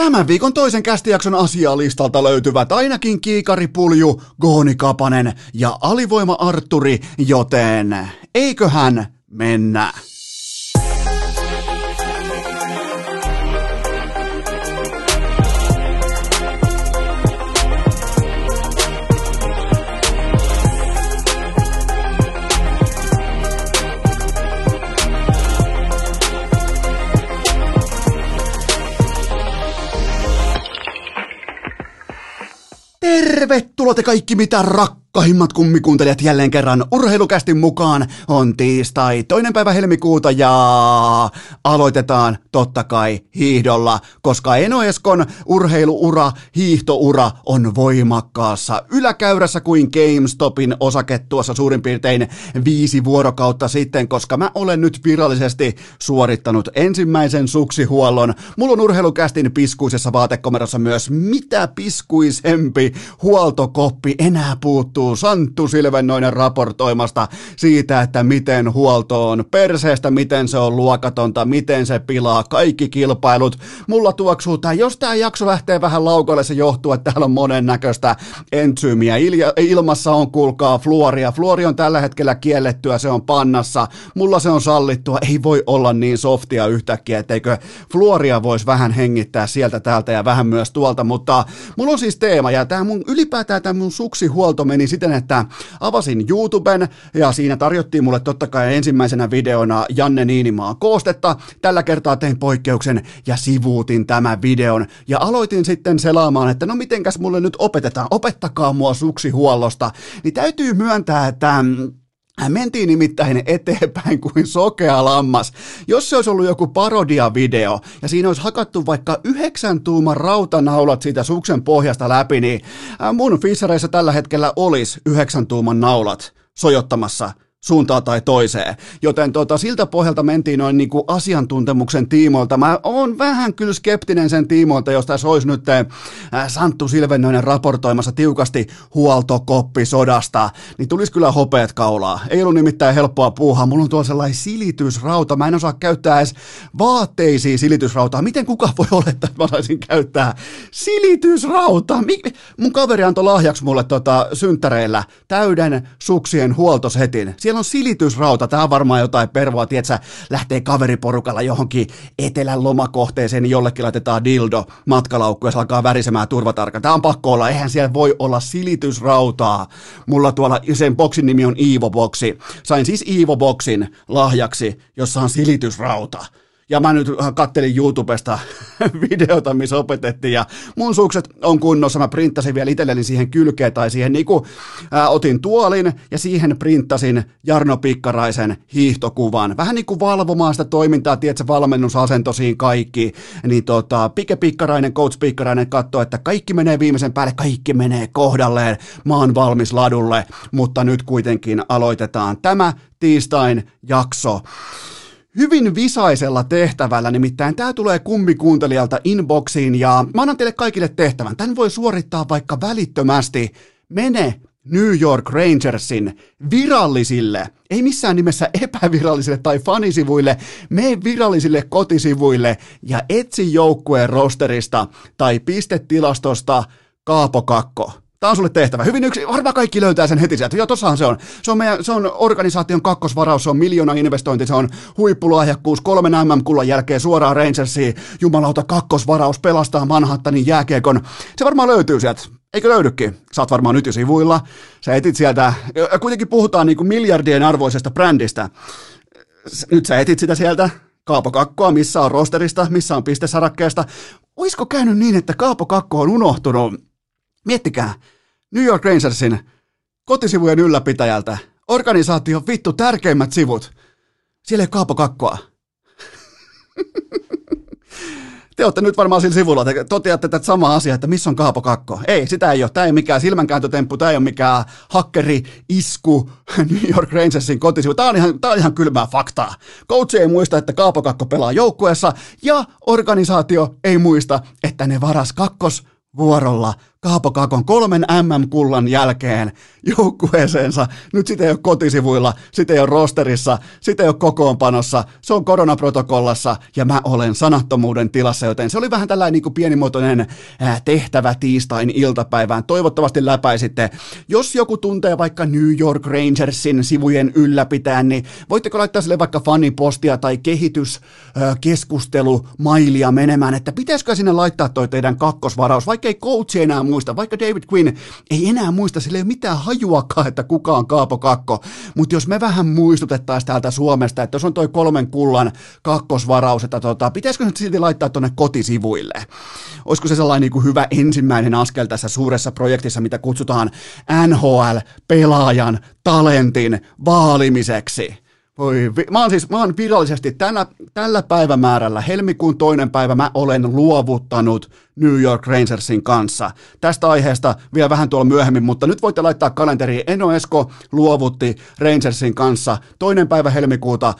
Tämän viikon toisen kästijakson asialistalta löytyvät ainakin Kiikari Pulju, Gooni Kapanen ja Alivoima Artturi, joten eiköhän mennä. Tervetuloa te kaikki mitä rakkahimmat kummikuuntelijat jälleen kerran Urheilukästin mukaan. On tiistai 2. päivä helmikuuta ja aloitetaan totta kai hiihdolla, koska Eno Eskon urheiluura, hiihtoura on voimakkaassa yläkäyrässä kuin GameStopin osake tuossa suurin piirtein 5 vuorokautta sitten, koska mä olen nyt virallisesti suorittanut ensimmäisen suksihuollon. Mulla on Urheilukästin piskuisessa vaatekomerossa myös mitä piskuisempi huoltokoppi. Enää puuttuu Santtu Silvennoinen raportoimasta siitä, että miten huolto on perseestä, miten se on luokatonta, miten se pilaa kaikki kilpailut. Mulla tuoksuu tää, jos tää jakso lähtee vähän laukoille, se johtuu, että täällä on monennäköistä entsyymiä. Ilmassa on, kuulkaa, fluoria. Fluori on tällä hetkellä kiellettyä, se on pannassa. Mulla se on sallittua, ei voi olla niin softia yhtäkkiä, etteikö fluoria voisi vähän hengittää sieltä täältä ja vähän myös tuolta, mutta mulla on siis teema ja ylipäätään tämä mun suksihuolto meni siten, että avasin YouTuben ja siinä tarjottiin mulle totta kai ensimmäisenä videona Janne Niinimaan koostetta. Tällä kertaa tein poikkeuksen ja sivuutin tämän videon ja aloitin sitten selaamaan, että no mitenkäs mulle nyt opetetaan, opettakaa mua suksihuollosta. Niin täytyy myöntää, että mentiin nimittäin eteenpäin kuin sokea lammas. Jos se olisi ollut joku parodiavideo ja siinä olisi hakattu vaikka 9 tuuman rautanaulat siitä suksen pohjasta läpi, niin mun fissareissa tällä hetkellä olisi 9 tuuman naulat sojottamassa suuntaan tai toiseen, joten siltä pohjalta mentiin noin niin kuin asiantuntemuksen tiimoilta. Mä oon vähän kyllä skeptinen sen tiimoilta, jos tässä olisi nyt Santtu Silvennoinen raportoimassa tiukasti huoltokoppisodasta, niin tulisi kyllä hopeat kaulaa. Ei ollut nimittäin helppoa puuhaa. Mulla on tuolla sellainen silitysrauta. Mä en osaa käyttää edes vaatteisiin silitysrautaa. Miten kukaan voi olettaa, että mä saisin käyttää silitysrautaa? Mun kaveri antoi lahjaksi mulle synttäreillä täyden suksien huoltosetin. Siellä on silitysrauta, tää on varmaan jotain pervoa, tietsä, lähtee kaveriporukalla johonkin etelän lomakohteeseen, niin jollekin laitetaan dildo matkalaukku ja se alkaa värisemään turvatarkka. Tää on pakko olla, eihän siellä voi olla silitysrautaa. Mulla tuolla sen boksin nimi on Iivo-boksi. Sain siis Iivo-boksin lahjaksi, jossa on silitysrauta. Ja mä nyt kattelin YouTubesta videota, missä opetettiin, ja mun sukset on kunnossa. Mä printtasin vielä itselleni siihen kylkeen tai siihen otin tuolin ja siihen printtasin Jarno Pikkaraisen hiihtokuvan. Vähän niin kuin valvomaan sitä toimintaa, tiedätkö, valmennusasento siinä kaikki. Niin Pike Pikkarainen, Coach Pikkarainen katsoo, että kaikki menee viimeisen päälle, kaikki menee kohdalleen. Mä oon valmis ladulle, mutta nyt kuitenkin aloitetaan tämä tiistain jakso hyvin visaisella tehtävällä, nimittäin tämä tulee kummikuuntelijalta inboxiin ja mä annan teille kaikille tehtävän. Tän voi suorittaa vaikka välittömästi. Mene New York Rangersin virallisille, ei missään nimessä epävirallisille tai fanisivuille, mene virallisille kotisivuille ja etsi joukkueen rosterista tai pistetilastosta Kaapo Kakko. Tämä on sulle tehtävä. Hyvin varmaan kaikki löytää sen heti sieltä. Joo, tossahan se on. Se on organisaation kakkosvaraus, se on miljoona investointi, se on huippulahjakkuus, 3 MM-kullan jälkeen suoraan Rangersiin. Jumalauta, kakkosvaraus pelastaa Manhattanin jääkiekon. Se varmaan löytyy sieltä. Eikö löydykin? Sä oot varmaan nyt jo sivuilla. Sä etit sieltä, kuitenkin puhutaan niin kuin miljardien arvoisesta brändistä. Nyt sä etit sitä sieltä. Kaapo Kakkoa, missä on rosterista, missä on pistesarakkeesta. Oisko käynyt niin, että Kaapo Kakko on unohtunut? Miettikää, New York Rangersin kotisivujen ylläpitäjältä, organisaation vittu tärkeimmät sivut, siellä ei Kaapo Kakkoa. Te olette nyt varmaan sillä sivulla, te toteatte tätä samaa asiaa, että missä on Kaapo Kakko. Ei, sitä ei ole, tämä ei ole mikään silmänkääntötemppu, tämä ei ole mikään hakkeri-isku New York Rangersin kotisivu. Tämä on ihan kylmää faktaa. Coach ei muista, että Kaapo Kakko pelaa joukkueessa ja organisaatio ei muista, että ne varas kakkosvuorolla Kaapo Kakon 3 MM-kullan jälkeen joukkueeseensa. Nyt sitä ei ole kotisivuilla, sitä ei ole rosterissa, sitä ei ole kokoonpanossa, se on koronaprotokollassa ja mä olen sanattomuuden tilassa, joten se oli vähän tällainen niin kuin pienimuotoinen tehtävä tiistain iltapäivään. Toivottavasti läpäisitte. Jos joku tuntee vaikka New York Rangersin sivujen ylläpitäjän, niin voitteko laittaa sille vaikka fanipostia tai kehityskeskustelumailia menemään, että pitäisikö sinne laittaa toi teidän kakkosvaraus, vaikka ei coachi enää muista, vaikka David Quinn ei enää muista, sillä ei ole mitään hajuakaan, että kuka on Kaapo Kakko, mutta jos me vähän muistutettaisiin täältä Suomesta, että jos on toi 3 kullan kakkosvaraus, että pitäisikö se silti laittaa tuonne kotisivuille? Olisiko se sellainen niin kuin hyvä ensimmäinen askel tässä suuressa projektissa, mitä kutsutaan NHL-pelaajan talentin vaalimiseksi? Mä oon virallisesti tällä päivämäärällä, helmikuun 2. päivä, mä olen luovuttanut New York Rangersin kanssa. Tästä aiheesta vielä vähän tuolla myöhemmin, mutta nyt voitte laittaa kalenteriin. Eno Esko luovutti Rangersin kanssa 2. päivä helmikuuta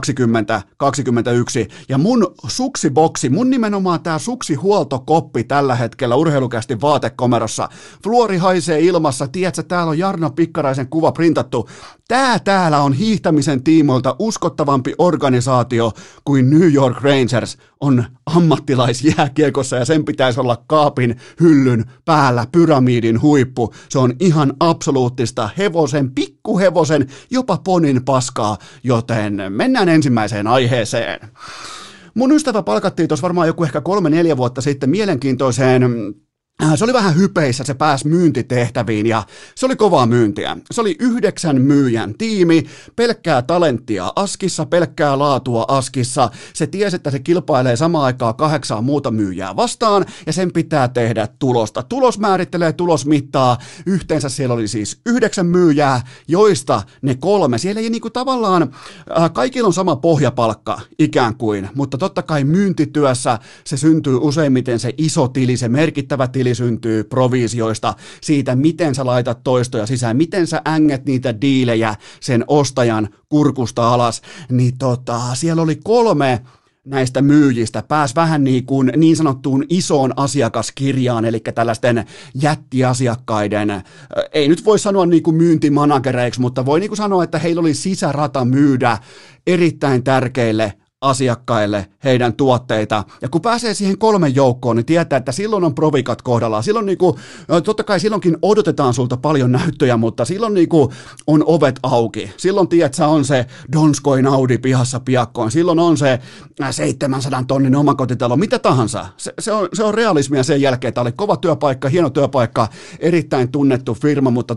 2021. Ja mun suksiboksi, mun nimenomaan tää suksihuoltokoppi tällä hetkellä Urheilukästin vaatekomerossa. Fluori haisee ilmassa, tiedätkö, täällä on Jarno Pikkaraisen kuva printattu. Täällä on hiihtämisen tiimoilta uskottavampi organisaatio kuin New York Rangers on ammattilaisjääkiekossa ja sen pitäisi olla kaapin hyllyn päällä pyramidin huippu. Se on ihan absoluuttista pikkuhevosen, jopa ponin paskaa, joten mennään ensimmäiseen aiheeseen. Mun ystävä palkattiin tuossa varmaan joku ehkä 3-4 vuotta sitten mielenkiintoiseen. Se oli vähän hypeissä, se pääsi myyntitehtäviin ja se oli kovaa myyntiä. Se oli 9 myyjän tiimi, pelkkää talenttia askissa, pelkkää laatua askissa. Se tiesi, että se kilpailee samaan aikaan 8 muuta myyjää vastaan ja sen pitää tehdä tulosta. Tulos määrittelee, tulos mittaa. Yhteensä siellä oli siis 9 myyjää, joista ne 3. Siellä ei niinku tavallaan, kaikilla on sama pohjapalkka ikään kuin, mutta totta kai myyntityössä se syntyy useimmiten se iso tili, se merkittävä tili syntyy provisioista, siitä miten sä laitat toistoja sisään, miten sä änget niitä diilejä sen ostajan kurkusta alas, niin siellä oli 3 näistä myyjistä pääsi vähän niin sanottuun isoon asiakaskirjaan, eli tällaisten jättiasiakkaiden, ei nyt voi sanoa niin kuin myyntimanagereiksi, mutta voi niin kuin sanoa, että heillä oli sisärata myydä erittäin tärkeille asiakkaille heidän tuotteita. Ja kun pääsee siihen 3 joukkoon, niin tietää, että silloin on provikat kohdallaan. Silloin totta kai silloinkin odotetaan sulta paljon näyttöjä, mutta silloin on ovet auki. Silloin tiedätkö, on se Donskoin Audi pihassa piakkoon. Silloin on se 700 tonnin omakotitalo, mitä tahansa. Se on realismia sen jälkeen. Tämä oli kova työpaikka, hieno työpaikka, erittäin tunnettu firma, mutta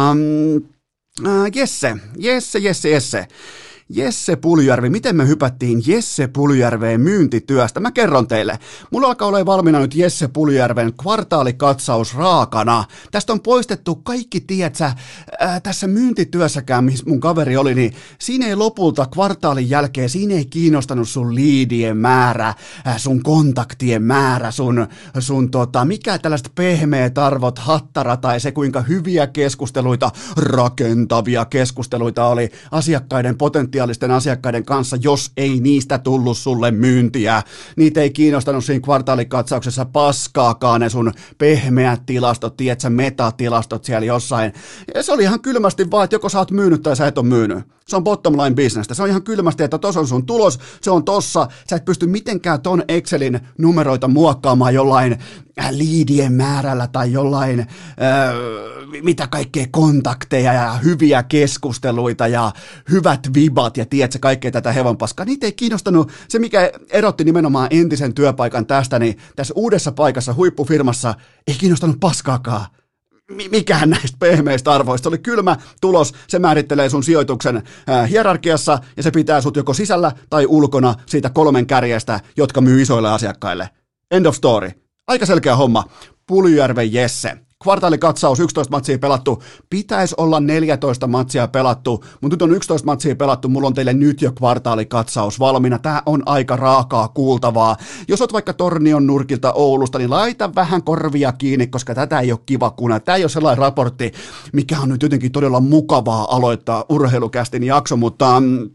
Jesse Puljujärvi, miten me hypättiin Jesse Puljujärveen myyntityöstä? Mä kerron teille. Mulla alkaa olla valmiina nyt Jesse Puljujärven kvartaalikatsaus raakana. Tästä on poistettu kaikki, tiedätkö, tässä myyntityössäkään, missä mun kaveri oli, niin siinä ei lopulta kvartaalin jälkeen, siinä ei kiinnostanut sun liidien määrä, sun kontaktien määrä, sun mikä tällaiset pehmeät arvot, hattara tai se, kuinka hyviä keskusteluita, rakentavia keskusteluita oli asiakkaiden potentiaalisten asiakkaiden kanssa, jos ei niistä tullut sulle myyntiä. Niitä ei kiinnostanut siinä kvartaalikatsauksessa paskaakaan ne sun pehmeät tilastot, tiedätkö, metatilastot siellä jossain. Ja se oli ihan kylmästi vaan, että joko sä oot myynyt tai sä et ole myynyt. Se on bottom line business. Se on ihan kylmästi, että tossa on sun tulos, se on tossa. Sä et pysty mitenkään ton Excelin numeroita muokkaamaan jollain liidien määrällä tai jollain mitä kaikkea kontakteja ja hyviä keskusteluita ja hyvät vibat ja tiedätkö kaikkea tätä hevonpaskaa. Niitä ei kiinnostanut. Se, mikä erotti nimenomaan entisen työpaikan tästä, niin tässä uudessa paikassa, huippufirmassa, ei kiinnostanut paskaakaan. Mikään näistä pehmeistä arvoista. Se oli kylmä tulos, se määrittelee sun sijoituksen hierarkiassa ja se pitää sut joko sisällä tai ulkona siitä 3 kärjestä, jotka myy isoille asiakkaille. End of story. Aika selkeä homma. Puljujärven Jesse. Kvartaalikatsaus, 11 matsia pelattu. Pitäisi olla 14 matsia pelattu, mutta nyt on 11 matsia pelattu. Mulla on teille nyt jo kvartaalikatsaus valmiina. Tää on aika raakaa kuultavaa. Jos oot vaikka Tornion nurkilta Oulusta, niin laita vähän korvia kiinni, koska tätä ei ole kiva kuunnella. Tää ei ole sellainen raportti, mikä on nyt jotenkin todella mukavaa aloittaa Urheilukästin jakso, mutta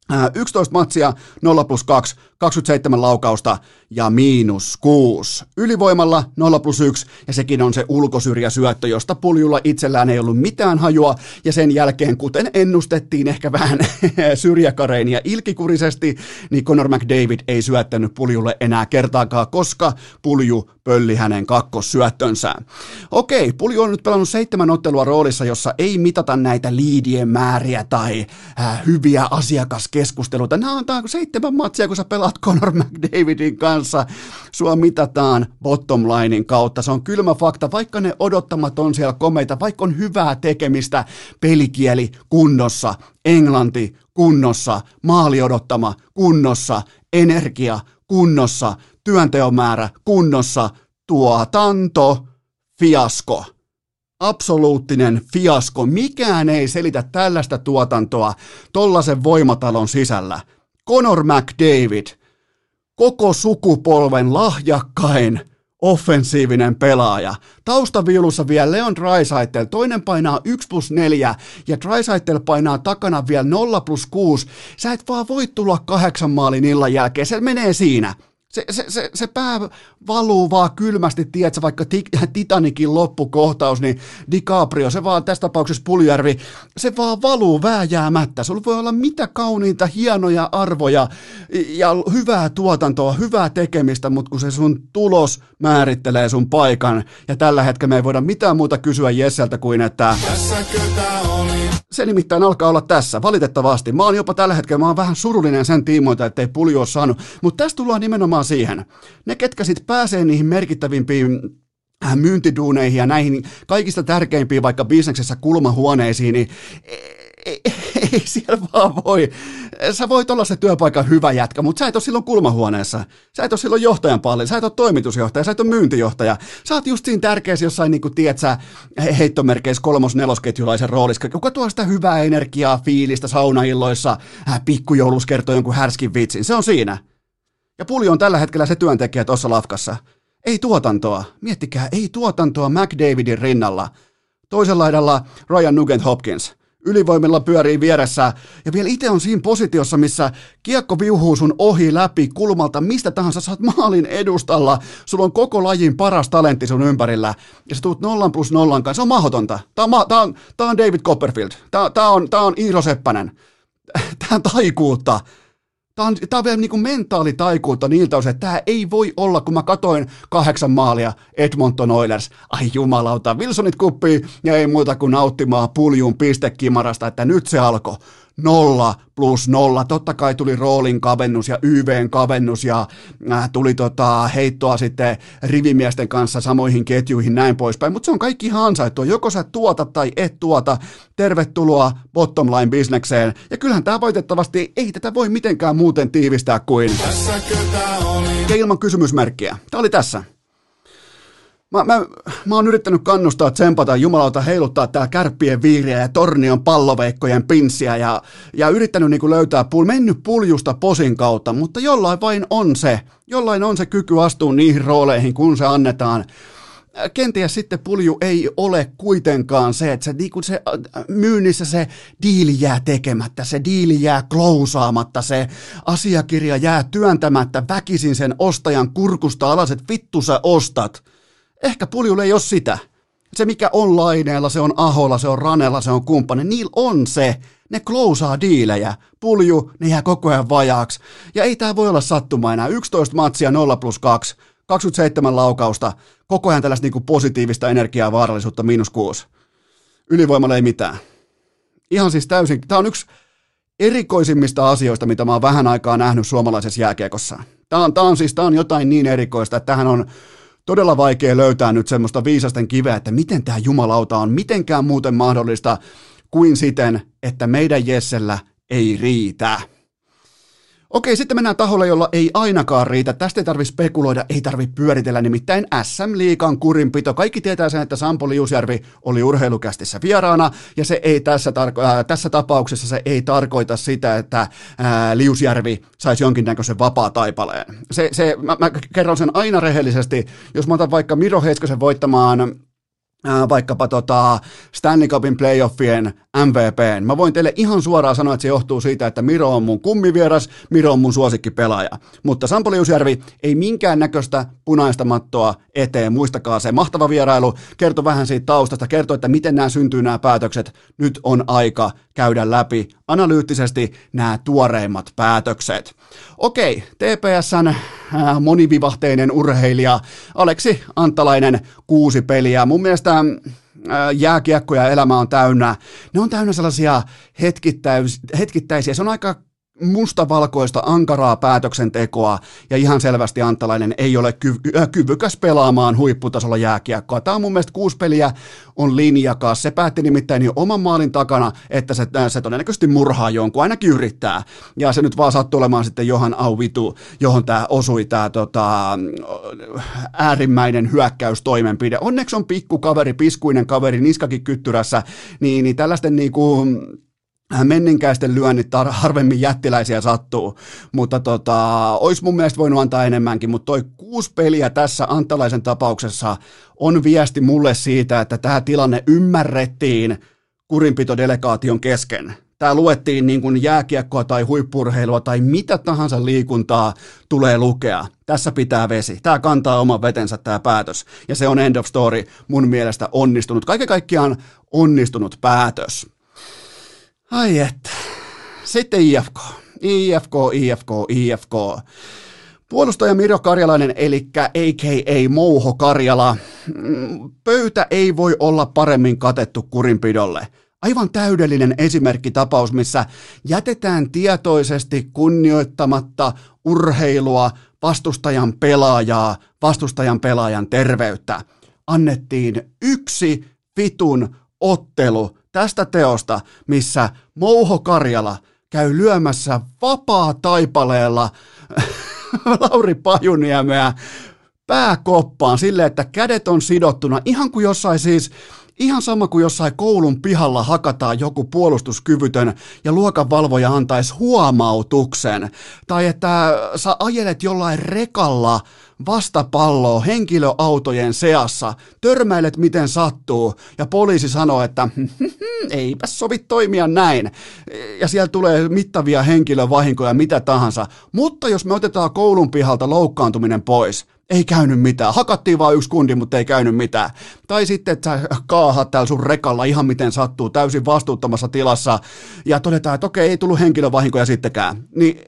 11 matsia, 0+2, 27 laukausta ja -6. Ylivoimalla 0+1 ja sekin on se ulkosyrjäsyöttö, josta Puljulla itsellään ei ollut mitään hajua ja sen jälkeen, kuten ennustettiin ehkä vähän syrjäkarein ja ilkikurisesti, niin Connor McDavid ei syöttänyt Puljulle enää kertaakaan, koska Pulju pölli hänen kakkossyöttönsä. Okei, Pulju on nyt pelannut 7 ottelua roolissa, jossa ei mitata näitä liidien määriä tai hyviä asiakaskeskusteluita. Nämä on 7 matsia, kun sä pelaat Connor McDavidin kanssa. Sua mitataan bottom linein kautta. Se on kylmä fakta, vaikka ne odottamat on siellä komeita, vaikka on hyvää tekemistä, pelikieli kunnossa, englanti kunnossa, maali odottama kunnossa, energia kunnossa, työnteon määrä kunnossa, tuotanto fiasko. Absoluuttinen fiasko. Mikään ei selitä tällaista tuotantoa tollasen voimatalon sisällä. Connor McDavid, koko sukupolven lahjakkain offensiivinen pelaaja. Taustaviulussa vielä Leon Draisaitl, toinen painaa 1+4 ja Draisaitl painaa takana vielä 0+6. Sä et vaan voi tulla 8 maalin illan jälkeen, se menee siinä. Se pää valuu vaan kylmästi, tiedätkö, vaikka Titanikin loppukohtaus, niin DiCaprio, se vaan tässä tapauksessa Puljujärvi, se vaan valuu vääjäämättä. Sulla voi olla mitä kauniita, hienoja arvoja ja hyvää tuotantoa, hyvää tekemistä, mutta kun se sun tulos määrittelee sun paikan, ja tällä hetkellä me ei voida mitään muuta kysyä Jesseltä kuin, että se nimittäin alkaa olla tässä, valitettavasti. Mä oon jopa tällä hetkellä, mä oon vähän surullinen sen tiimoilta, ettei Pulju ole saanut, mutta tässä tullaan nimenomaan siihen. Ne, ketkä sit pääsee niihin merkittävimpiin myyntiduuneihin ja näihin kaikista tärkeimpiin vaikka bisneksessä kulmahuoneisiin, niin ei siellä vaan voi. Sä voit olla se työpaikan hyvä jätkä, mutta sä et ole silloin kulmahuoneessa. Sä et ole silloin johtajan pallilla, sä et ole toimitusjohtaja, sä et ole myyntijohtaja. Sä oot just siinä tärkeässä jossain, niin kuin tiedät sä, heittomerkeissä 3-4-ketjulaisen roolissa, joka tuo sitä hyvää energiaa, fiilistä saunailloissa, pikkujoulus kertoo jonkun härskin vitsin. Se on siinä. Ja Pulju on tällä hetkellä se työntekijä tuossa lafkassa. Ei tuotantoa. Miettikää, ei tuotantoa McDavidin rinnalla. Toisella laidalla Ryan Nugent-Hopkins. Ylivoimilla pyörii vieressä ja vielä itse on siinä positiossa, missä kiekko viuhuu sun ohi läpi kulmalta, mistä tahansa sä oot maalin edustalla, sulla on koko lajin paras talentti sun ympärillä ja sä tuut 0+0 kanssa, se on mahdotonta. Tää on David Copperfield, tää on Iiro Seppänen, tää on taikuutta. Tämä on vielä niin kuin mentaalitaikuutta niiltä osin, että tämä ei voi olla, kun mä katoin 8 maalia Edmonton Oilers. Ai jumalauta, Wilsonit kuppiin ja ei muuta kuin nauttimaan Puljun pistekimarasta, että nyt se alkoi. 0+0. Totta kai tuli roolin kavennus ja YVn kavennus ja tuli heittoa sitten rivimiesten kanssa samoihin ketjuihin näin poispäin, mutta se on kaikki ihan ansaittua. Joko sä tuotat tai et tuota, tervetuloa bottom line bisnekseen. Ja kyllähän tämä voitettavasti ei tätä voi mitenkään muuten tiivistää kuin ja ilman kysymysmerkkiä. Tämä oli tässä. Mä oon yrittänyt kannustaa, tsempata, jumalauta heiluttaa täällä Kärppien viiriä ja Tornion palloveikkojen pinssiä ja yrittänyt niinku löytää mennyt Puljusta posin kautta, mutta jollain on se kyky astua niihin rooleihin, kun se annetaan. Kenties sitten Pulju ei ole kuitenkaan se, että se myynnissä se diili jää tekemättä, se diili jää klousaamatta, se asiakirja jää työntämättä väkisin sen ostajan kurkusta alas, että vittu sä ostat. Ehkä Puljulla ei ole sitä. Se mikä on Laineella, se on Aholla, se on Ranella, se on kumppani. Niillä on se. Ne klousaa diilejä. Pulju, ne jää koko ajan vajaaksi. Ja ei tää voi olla sattuma enää. 11 matsia 0+2, 27 laukausta. Koko ajan tällaista niinku positiivista energiaa, vaarallisuutta, -6. Ylivoimalla ei mitään. Ihan siis täysin. Tää on yksi erikoisimmista asioista, mitä mä oon vähän aikaa nähnyt suomalaisessa jääkiekossa. Tää on jotain niin erikoista, että tähän on todella vaikea löytää nyt semmoista viisasten kiveä, että miten tämä jumalauta on mitenkään muuten mahdollista kuin siten, että meidän Jessellä ei riitä. Okei, sitten mennään taholle, jolla ei ainakaan riitä. Tästä ei tarvitse spekuloida, ei tarvitse pyöritellä, nimittäin SM-liigan kurinpito. Kaikki tietää sen, että Sampo Liusjärvi oli urheilukästissä vieraana, ja se ei tässä tapauksessa se ei tarkoita sitä, että Liusjärvi saisi jonkinnäköisen vapaa-taipaleen. Mä kerron sen aina rehellisesti, jos mä otan vaikka Miro Heiskasen voittamaan vaikkapa Stanley Cupin playoffien MVPn. Mä voin teille ihan suoraan sanoa, että se johtuu siitä, että Miro on mun kummivieras, Miro on mun suosikkipelaaja. Mutta Sampo Liusjärvi ei minkään näköistä punaista mattoa eteen. Muistakaa se mahtava vierailu, kertoi vähän siitä taustasta, kertoi, että miten nämä syntyy nämä päätökset. Nyt on aika käydä läpi analyyttisesti nämä tuoreimmat päätökset. Okei, TPS:n monivivahteinen urheilija Aleksi Antalainen 6 peliä. Mun mielestä jääkiekko ja elämä on täynnä. Ne on täynnä sellaisia hetkittäisiä. Se on aika mustavalkoista, ankaraa päätöksentekoa, ja ihan selvästi Antalainen ei ole kyvykäs pelaamaan huipputasolla jääkiekkoa. Tämä on mun mielestä 6 peliä on linjakas. Se päätti nimittäin jo oman maalin takana, että se todennäköisesti murhaa jonkun, ainakin yrittää. Ja se nyt vaan sattuu olemaan sitten Johan Auvitu, johon tämä osui tämä äärimmäinen hyökkäystoimenpide. Onneksi on pikkukaveri, piskuinen kaveri, niskakin kyttyrässä, niin tällaisten niinku menninkäisten lyönnit harvemmin jättiläisiä sattuu, mutta olisi mun mielestä voinut antaa enemmänkin, mutta toi 6 peliä tässä Antalaisen tapauksessa on viesti mulle siitä, että tämä tilanne ymmärrettiin kurinpitodelegaation kesken. Tämä luettiin niin kuin jääkiekkoa tai huippurheilua tai mitä tahansa liikuntaa tulee lukea. Tässä pitää vesi. Tämä kantaa oman vetensä tämä päätös. Ja se on end of story mun mielestä onnistunut. Kaiken kaikkiaan onnistunut päätös. Ai että. Sitten IFK. Puolustaja Miro Karjalainen, eli a.k.a. Mouho Karjala. Pöytä ei voi olla paremmin katettu kurinpidolle. Aivan täydellinen esimerkkitapaus, missä jätetään tietoisesti kunnioittamatta urheilua, vastustajan pelaajaa, vastustajan pelaajan terveyttä. Annettiin 1 vitun ottelu tästä teosta, missä Mouho Karjala käy lyömässä vapaa-taipaleella Lauri Pajuniemeä pääkoppaan silleen, että kädet on sidottuna, ihan sama kuin jossain koulun pihalla hakataan joku puolustuskyvytön ja luokanvalvoja antaisi huomautuksen. Tai että sä ajelet jollain rekalla vastapalloa henkilöautojen seassa, törmäilet miten sattuu ja poliisi sanoo, että eipä sovi toimia näin. Ja siellä tulee mittavia henkilövahinkoja, mitä tahansa. Mutta jos me otetaan koulun pihalta loukkaantuminen pois, ei käynyt mitään. Hakattiin vaan 1 kundi, mutta ei käynyt mitään. Tai sitten, että sä kaahat täällä sun rekalla ihan miten sattuu, täysin vastuuttomassa tilassa, ja todetaan, että okei, ei tullut henkilövahinkoja sittenkään. Niin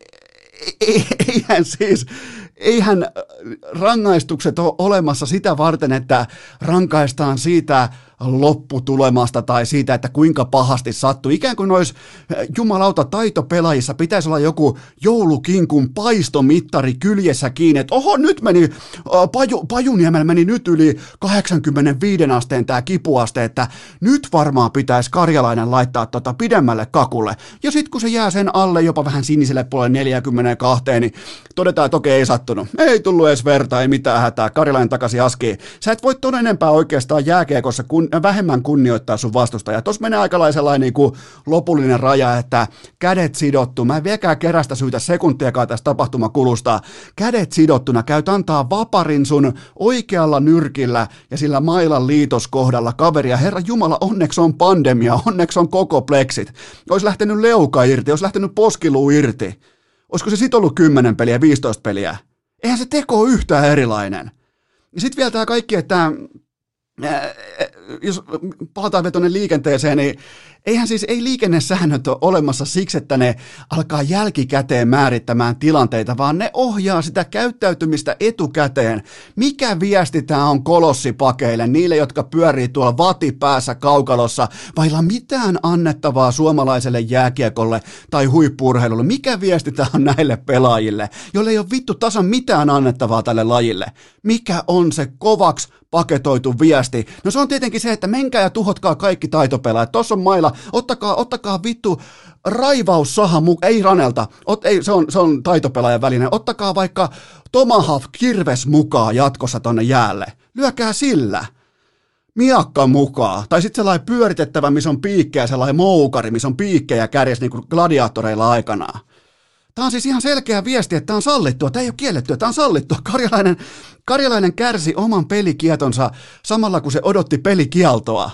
eihän rangaistukset ole olemassa sitä varten, että rankaistaan siitä lopputulemasta tai siitä, että kuinka pahasti sattuu. Ikään kuin olisi jumalauta taitopelaajissa pitäisi olla joku joulukinkun paistomittari kyljessä kiinni, että oho, nyt meni, Pajuniemellä meni nyt yli 85 asteen tämä kipuaste, että nyt varmaan pitäisi Karjalainen laittaa pidemmälle kakulle. Ja sitten kun se jää sen alle jopa vähän siniselle puolelle 42, niin todetaan, että okei, ei sattunut. Ei tullut edes verta, ei mitään hätää. Karjalainen takaisin askiin. Sä et voi ton enempää oikeastaan jääkiekossa vähemmän kunnioittaa sun vastustajaa. Tuossa menee aikalaisella niin kuin lopullinen raja, että kädet sidottu. Mä en vieläkään kerästä syytä sekuntiakaan tästä tapahtumakulusta. Kädet sidottuna. Käyt antaa vaparin sun oikealla nyrkillä ja sillä mailan liitoskohdalla kaveria. Herra Jumala, onneksi on pandemia, onneksi on koko pleksit. Olisi lähtenyt leuka irti, olisi lähtenyt poskiluu irti. Olisiko se sit ollut 10 peliä, 15 peliä? Eihän se teko ole yhtään erilainen. Ja sitten vielä tämä kaikki, että jos palataan vielä tuonne liikenteeseen, niin ei liikennesäännöt ole olemassa siksi, että ne alkaa jälkikäteen määrittämään tilanteita, vaan ne ohjaa sitä käyttäytymistä etukäteen. Mikä viesti tämä on kolossipakeille, niille, jotka pyörii tuolla vatipäässä kaukalossa, vailla mitään annettavaa suomalaiselle jääkiekolle tai huippu-urheilulle? Mikä viesti tämä on näille pelaajille, joille ei ole vittu tasan mitään annettavaa tälle lajille? Mikä on se kovaksi paketoitu viesti? No se on tietenkin se, että menkää ja tuhotkaa kaikki taitopelaajat. Tuossa on mailla, ottakaa vittu raivaussaha, ei Ranelta, se on taitopelaajan väline. Ottakaa vaikka Tomahawk kirves mukaan jatkossa tonne jäälle. Lyökää sillä. Miakka mukaan. Tai sitten sellainen pyöritettävä, missä on piikkejä, sellainen moukari, missä on piikkejä kärjessä niin kuin gladiaattoreilla aikanaan. Tämä on siis ihan selkeä viesti, että tämä on sallittua, tämä ei ole kiellettyä, tämä on sallittua. Karjalainen kärsi oman pelikietonsa samalla kun se odotti pelikieltoa.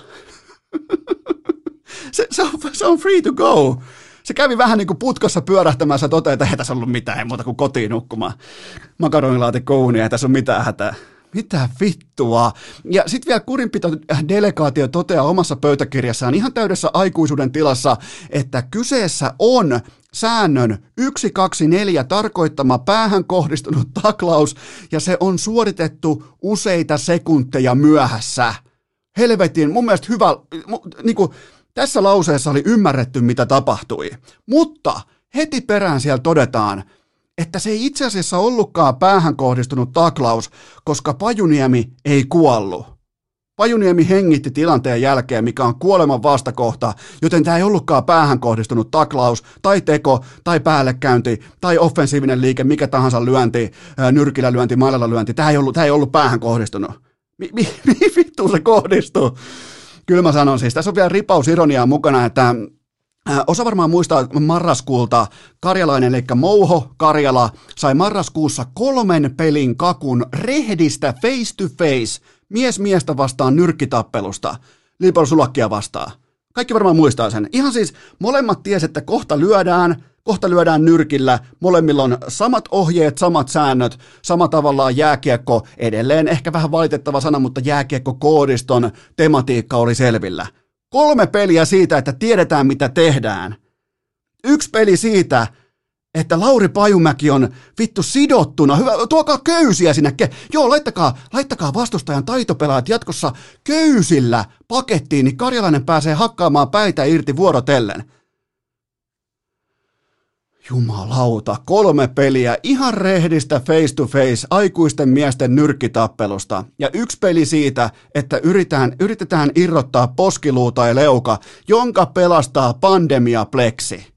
Se on free to go. Se kävi vähän niin kuin putkassa pyörähtämässä toteaa, että ei tässä ollut mitään, ei muuta kuin kotiin nukkumaan. Makaronilaatikko uunia, ei tässä ole mitään hätää. Mitä vittua? Ja sitten vielä kurinpito-delegaatio toteaa omassa pöytäkirjassaan ihan täydessä aikuisuuden tilassa, että kyseessä on säännön 124 tarkoittama päähän kohdistunut taklaus, ja se on suoritettu useita sekunteja myöhässä. Helvetin, mun mielestä hyvä, niin kuin, tässä lauseessa oli ymmärretty, mitä tapahtui, mutta heti perään siellä todetaan, että se ei itse asiassa ollutkaan päähän kohdistunut taklaus, koska Pajuniemi ei kuollut. Pajuniemi hengitti tilanteen jälkeen, mikä on kuoleman vastakohta, joten tämä ei ollutkaan päähän kohdistunut taklaus, tai teko, tai päällekäynti, tai offensiivinen liike, mikä tahansa lyönti, nyrkillä lyönti, mailalla lyönti. Tämä ei ollut päähän kohdistunut. Mihin vittuun se kohdistuu? Kyllä mä sanon siis. Tässä on vielä ripaus ironiaa mukana, että osa varmaan muistaa marraskuulta Karjalainen, eli Mouho Karjala, sai marraskuussa 3 pelin kakun rehdistä face to face mies miestä vastaan nyrkkitappelusta, Liipol Sulakkia vastaan. Kaikki varmaan muistaa sen. Ihan siis molemmat ties, että kohta lyödään nyrkillä, molemmilla on samat ohjeet, samat säännöt, sama tavallaan jääkiekko, edelleen ehkä vähän valitettava sana, mutta jääkiekko-koodiston tematiikka oli selvillä. 3 peliä siitä, että tiedetään mitä tehdään. 1 peli siitä, että Lauri Pajumäki on vittu sidottuna. Hyvä, tuokaa köysiä sinne. Joo, laittakaa vastustajan taitopelaajat jatkossa köysillä pakettiin, niin Karjalainen pääsee hakkaamaan päitä irti vuorotellen. Jumalauta, 3 peliä ihan rehdistä face to face aikuisten miesten nyrkkitappelusta. Ja 1 peli siitä, että yritetään irrottaa poskiluu tai leuka, jonka pelastaa pandemiapleksi.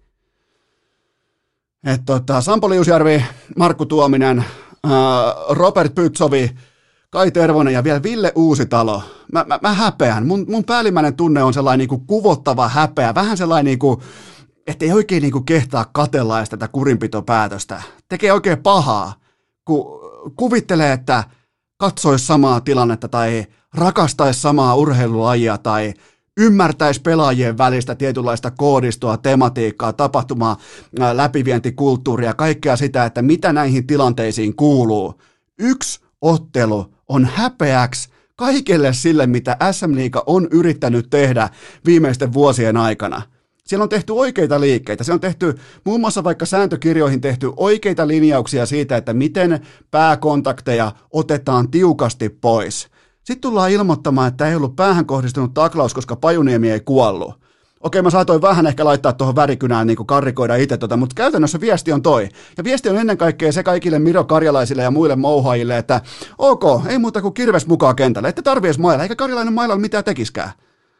Sampo Liusjärvi, Markku Tuominen, Robert Pytsovi, Kai Tervonen ja vielä Ville Uusitalo. Mä häpeän. Mun päällimmäinen tunne on sellainen niin kuin kuvottava häpeä. Vähän sellainen, niin kuin, että ei oikein niin kuin kehtaa katella edes tätä kurinpitopäätöstä. Tekee oikein pahaa, kun kuvittelee, että katsoisi samaa tilannetta tai rakastaisi samaa urheilulajia tai ymmärtäisi pelaajien välistä tietynlaista koodistoa, tematiikkaa, tapahtumaa, läpivientikulttuuria, kaikkea sitä, että mitä näihin tilanteisiin kuuluu. 1 ottelu on häpeäksi kaikelle sille, mitä SM-liiga on yrittänyt tehdä viimeisten vuosien aikana. Siellä on tehty oikeita liikkeitä. Siellä on tehty muun muassa vaikka sääntökirjoihin tehty oikeita linjauksia siitä, että miten pääkontakteja otetaan tiukasti pois. Sitten tullaan ilmoittamaan, että ei ollut päähän kohdistunut taklaus, koska Pajuniemi ei kuollut. Okei, mä saatoin vähän ehkä laittaa tuohon värikynään niin kuin karrikoida itse mutta käytännössä viesti on toi. Ja viesti on ennen kaikkea se kaikille Miro Karjalaisille ja muille mouhaajille, että ok, ei muuta kuin kirves mukaan kentälle, ette tarvii edes mailla, eikä Karjalainen mailalla mitään tekiskään.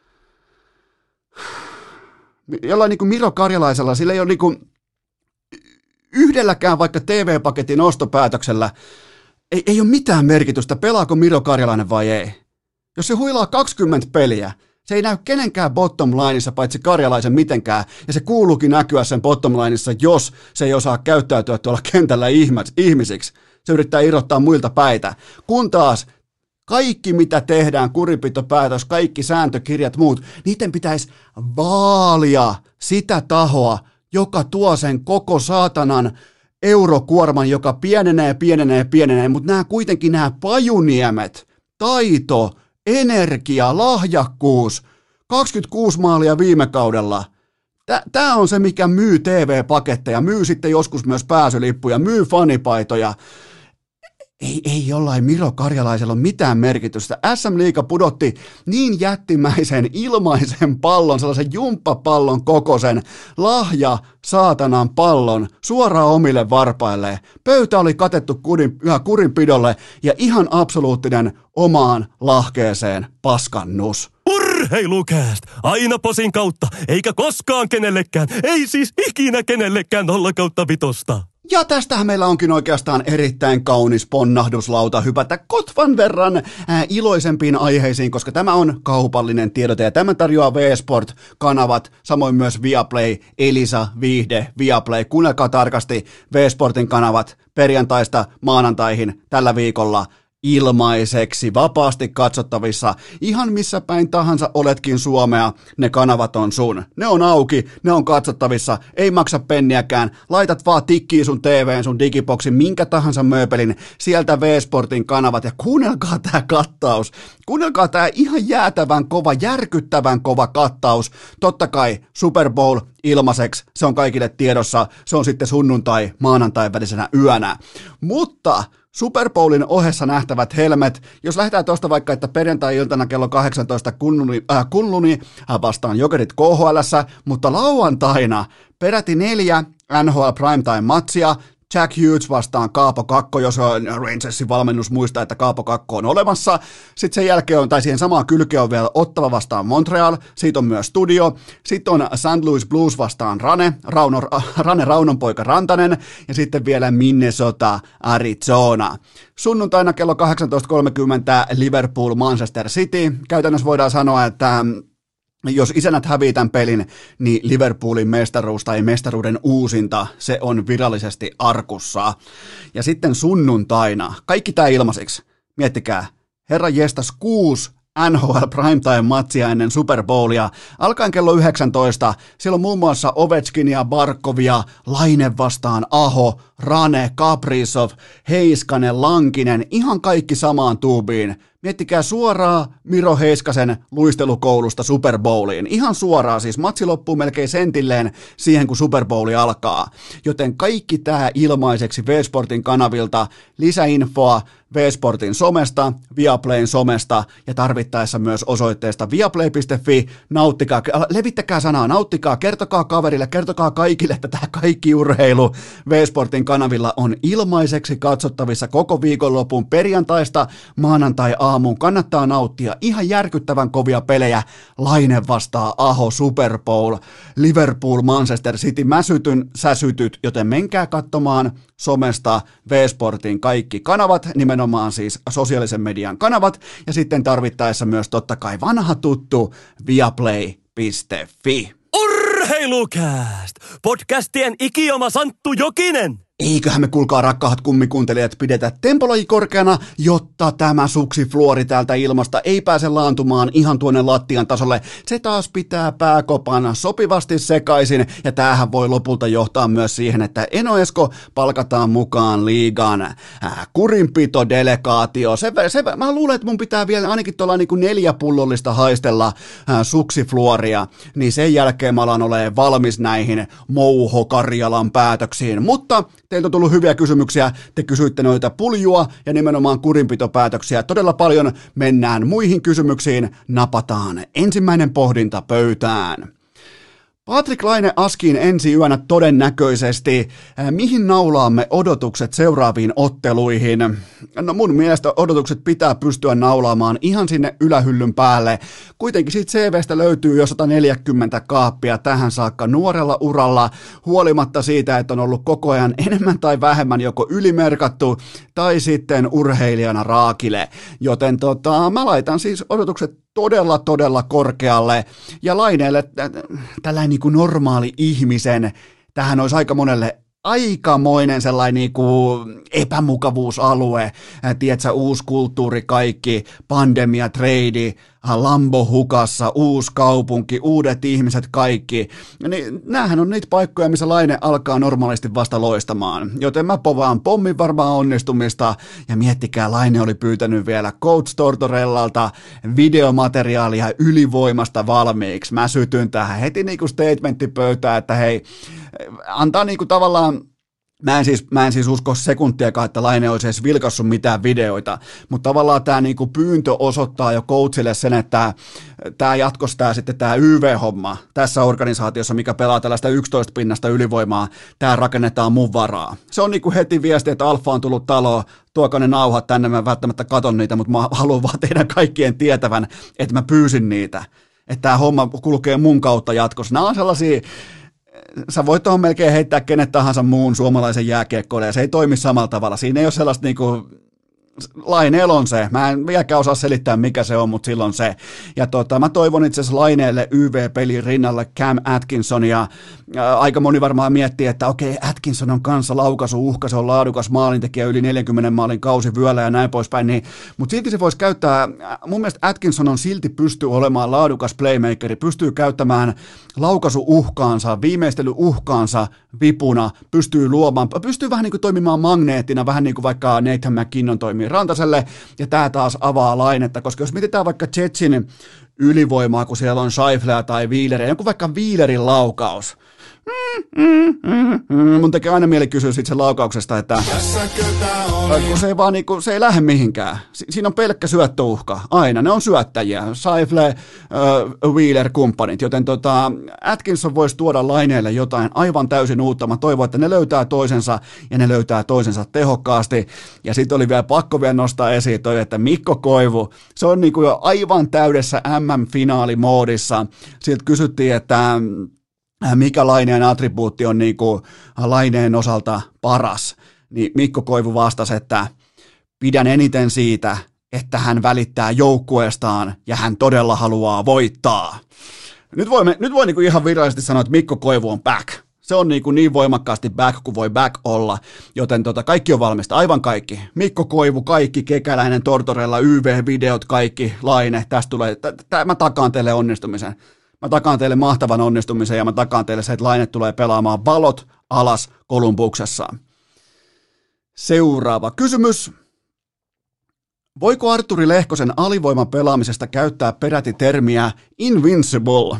Jollain niin kuin Miro Karjalaisella, sillä ei ole niin kuin yhdelläkään vaikka TV-paketin ostopäätöksellä, ei ole mitään merkitystä, pelaako Miro Karjalainen vai ei. Jos se huilaa 20 peliä, se ei näy kenenkään bottom lineissa paitsi Karjalaisen mitenkään, ja se kuuluukin näkyä sen bottom lineissa, jos se ei osaa käyttäytyä tuolla kentällä ihmisiksi. Se yrittää irrottaa muilta päitä. Kun taas kaikki mitä tehdään, kurinpitopäätös, kaikki sääntökirjat, muut, niiden pitäisi vaalia sitä tahoa, joka tuo sen koko saatanan eurokuorman, joka pienenee, mutta nämä Pajuniemet, taito, energia, lahjakkuus, 26 maalia viime kaudella. Tämä on se, mikä myy TV-paketteja, myy sitten joskus myös pääsylippuja, myy fanipaitoja. Ei jollain Miro Karjalaisella ole mitään merkitystä. SM-liiga pudotti niin jättimäisen ilmaisen pallon, sellaisen jumppapallon kokoisen saatanan pallon suoraan omille varpailleen. Pöytä oli katettu kurinpidolle ja ihan absoluuttinen omaan lahkeeseen paskannus. Urheilukääst! Aina posin kautta, eikä koskaan kenellekään, ei siis ikinä kenellekään 0/5. Ja tästähän meillä onkin oikeastaan erittäin kaunis ponnahduslauta hypätä kotvan verran iloisempiin aiheisiin, koska tämä on kaupallinen tiedote ja tämä tarjoaa V-Sport-kanavat, samoin myös Viaplay, Elisa, Viihde, Viaplay. Kuunnelkaa tarkasti V-Sportin kanavat perjantaista maanantaihin tällä viikolla. ilmaiseksi, vapaasti katsottavissa, ihan missä päin tahansa oletkin Suomea, ne kanavat on sun. Ne on auki, ne on katsottavissa, ei maksa penniäkään, laitat vaan tikkiin sun TV:n, sun digiboksin, minkä tahansa mööpelin, sieltä V-Sportin kanavat, ja kuunnelkaa tää kattaus, kuunnelkaa tää ihan jäätävän kova, järkyttävän kova kattaus, totta kai Super Bowl ilmaiseksi, se on kaikille tiedossa, se on sitten sunnuntai, maanantai välisenä yönä, mutta Super Bowlin ohessa nähtävät helmet, jos lähdetään tuosta vaikka, että perjantai-iltana kello 18 Kunluni vastaan Jokerit KHL:ssä, mutta lauantaina peräti 4 NHL Primetime-matsia, Jack Hughes vastaan Kaapo Kakko, jos Rangersin valmennus muistaa, että Kaapo Kakko on olemassa. Sitten sen jälkeen on, tai siihen samaan kylkeen on vielä Ottava vastaan Montreal, siitä on myös Studio. Sitten on St. Louis Blues vastaan Rane Raunonpoika Rantanen ja sitten vielä Minnesota Arizona. Sunnuntaina kello 18.30 Liverpool Manchester City. Käytännössä voidaan sanoa, että jos isänät hävii tämän pelin, niin Liverpoolin mestaruus tai mestaruuden uusinta, se on virallisesti arkussa. Ja sitten sunnuntaina, kaikki tämä ilmaiseksi, miettikää, herra jestas 6 NHL Primetime-matsia ennen Super Bowlia. Alkaen kello 19, siellä on muun muassa Ovechkinia, Barkovia, Laine vastaan Aho, Rane, Kaprizov, Heiskanen, Lankinen, ihan kaikki samaan tuubiin. Miettikää suoraan Miro Heiskasen luistelukoulusta Super Bowliin. Ihan suoraan, siis matsi loppuu melkein sentilleen siihen, kun Super Bowli alkaa. Joten kaikki tämä ilmaiseksi V-Sportin kanavilta, lisäinfoa V-Sportin somesta, Viaplayn somesta ja tarvittaessa myös osoitteesta viaplay.fi. Nauttikaa, levittäkää sanaa, nauttikaa, kertokaa kaverille, kertokaa kaikille, että tämä kaikki urheilu V-Sportin kanavilla on ilmaiseksi katsottavissa koko viikonlopun perjantaista maanantai-aamuun. Kannattaa nauttia ihan järkyttävän kovia pelejä. Laine vastaa Aho, Super Bowl, Liverpool, Manchester City. Mä sytyn, sä sytyt, joten menkää katsomaan somesta V-Sportin kaikki kanavat, nimenomaan siis sosiaalisen median kanavat, ja sitten tarvittaessa myös totta kai vanha tuttu viaplay.fi. Urheilukääst! Podcastien ikioma Santtu Jokinen! Eiköhän me kuulkaa rakkaat kummikuuntelijat pidetä tempolaji korkeana, jotta tämä suksifluori täältä ilmasta ei pääse laantumaan ihan tuonne lattian tasolle. Se taas pitää pääkopan sopivasti sekaisin ja tämähän voi lopulta johtaa myös siihen, että Eno Esko palkataan mukaan liigan kurinpitodelegaatio. Mä luulen, että mun pitää vielä ainakin tuolla niin kuin 4 pullollista haistella suksifluoria, niin sen jälkeen mä alan olemaan valmis näihin Mouho Karjalan päätöksiin, mutta teiltä on tullut hyviä kysymyksiä, te kysyitte noita puljua ja nimenomaan kurinpitopäätöksiä todella paljon. Mennään muihin kysymyksiin, napataan ensimmäinen pohdinta pöytään. Patrik Laine askiin ensi yönä todennäköisesti. Mihin naulaamme odotukset seuraaviin otteluihin? No mun mielestä odotukset pitää pystyä naulaamaan ihan sinne ylähyllyn päälle. Kuitenkin siitä CVstä löytyy jo 140 kaappia tähän saakka nuorella uralla, huolimatta siitä, että on ollut koko ajan enemmän tai vähemmän joko ylimerkattu tai sitten urheilijana raakile. Joten mä laitan siis odotukset todella korkealle, ja Laineelle tällainen niin kuin normaali ihmisen, tähän olisi aika monelle aikamoinen sellainen niin kuin epämukavuusalue, tiedätkö, uusi kulttuuri kaikki, pandemia, trade, Lambo hukassa, uusi kaupunki, uudet ihmiset kaikki, niin näähän on niitä paikkoja, missä Laine alkaa normaalisti vasta loistamaan, joten mä povaan pommin varmaan onnistumista, ja miettikää, Laine oli pyytänyt vielä Coach Tortorellalta videomateriaalia ylivoimasta valmiiksi, mä sytyn tähän heti niinku statementti pöytään, että hei, antaa niinku tavallaan, Mä en siis usko sekuntiakaan, että Laine olisi edes vilkassut mitään videoita, mutta tavallaan tämä niinku pyyntö osoittaa jo coachille sen, että tämä jatkossa tämä YV-homma tässä organisaatiossa, mikä pelaa tällaista 11-pinnasta ylivoimaa, tämä rakennetaan mun varaa. Se on niinku heti viesti, että Alfa on tullut taloon, tuokaa ne nauhat tänne, mä välttämättä katon niitä, mutta mä haluan vaan teidän kaikkien tietävän, että mä pyysin niitä, että tämä homma kulkee mun kautta jatkossa. Nämä on sellaisia, sä voit tuohon melkein heittää kenet tahansa muun suomalaisen jääkiekkoille, ja se ei toimi samalla tavalla. Siinä ei ole sellaista niinku, Laineella on se. Mä en vieläkään osaa selittää, mikä se on, mutta silloin se. Ja mä toivon itse asiassa Laineelle YV-pelin rinnalle Cam Atkinsonia. Aika moni varmaan miettii, että okei, Atkinson on kanssa laukaisu-uhka, se on laadukas maalintekijä, yli 40 maalin kausi vyöllä ja näin poispäin. Niin, mutta silti se voisi käyttää, mun mielestä Atkinson on silti pystyy olemaan laadukas playmakeri, pystyy käyttämään laukaisuuhkaansa, viimeistelyuhkaansa vipuna, pystyy luomaan, pystyy vähän niin kuin toimimaan magneettina, vähän niin kuin vaikka Nathan McKinnon toimii Rantaselle, ja tämä taas avaa Lainetta, koska jos mietitään vaikka Jetsin ylivoimaa, kun siellä on Scheifeleä tai Wheeleria, joku vaikka Wheelerin laukaus, mun tekee aina mieli kysyä siitä sen laukauksesta, että kun se ei vaan niinku, se ei lähde mihinkään. Siinä on pelkkä syöttöuhka. Aina, ne on syöttäjiä. Scheifele, Wheeler, kumppanit. Joten Atkinson voisi tuoda Laineelle jotain aivan täysin uutta. Mä toivon, että ne löytää toisensa ja ne löytää toisensa tehokkaasti. Ja sitten oli vielä pakko vielä nostaa esiin toi, että Mikko Koivu, se on niinku jo aivan täydessä MM-finaalimoodissa. Siltä kysyttiin, että mikä Laineen attribuutti on niin kuin Laineen osalta paras, niin Mikko Koivu vastasi, että pidän eniten siitä, että hän välittää joukkueestaan ja hän todella haluaa voittaa. Nyt voi niin kuin ihan virallisesti sanoa, että Mikko Koivu on back. Se on niin voimakkaasti back kuin voi back olla, joten kaikki on valmista, aivan kaikki. Mikko Koivu, kaikki, Kekäläinen, Tortorella, YV-videot, kaikki, Laine, tästä tulee, mä takaan teille onnistumisen. Mä takaan teille mahtavan onnistumisen ja mä takaan teille se, että Laine tulee pelaamaan valot alas Kolumbuksessa. Seuraava kysymys. Voiko Artturi Lehkosen alivoiman pelaamisesta käyttää peräti termiä invincible?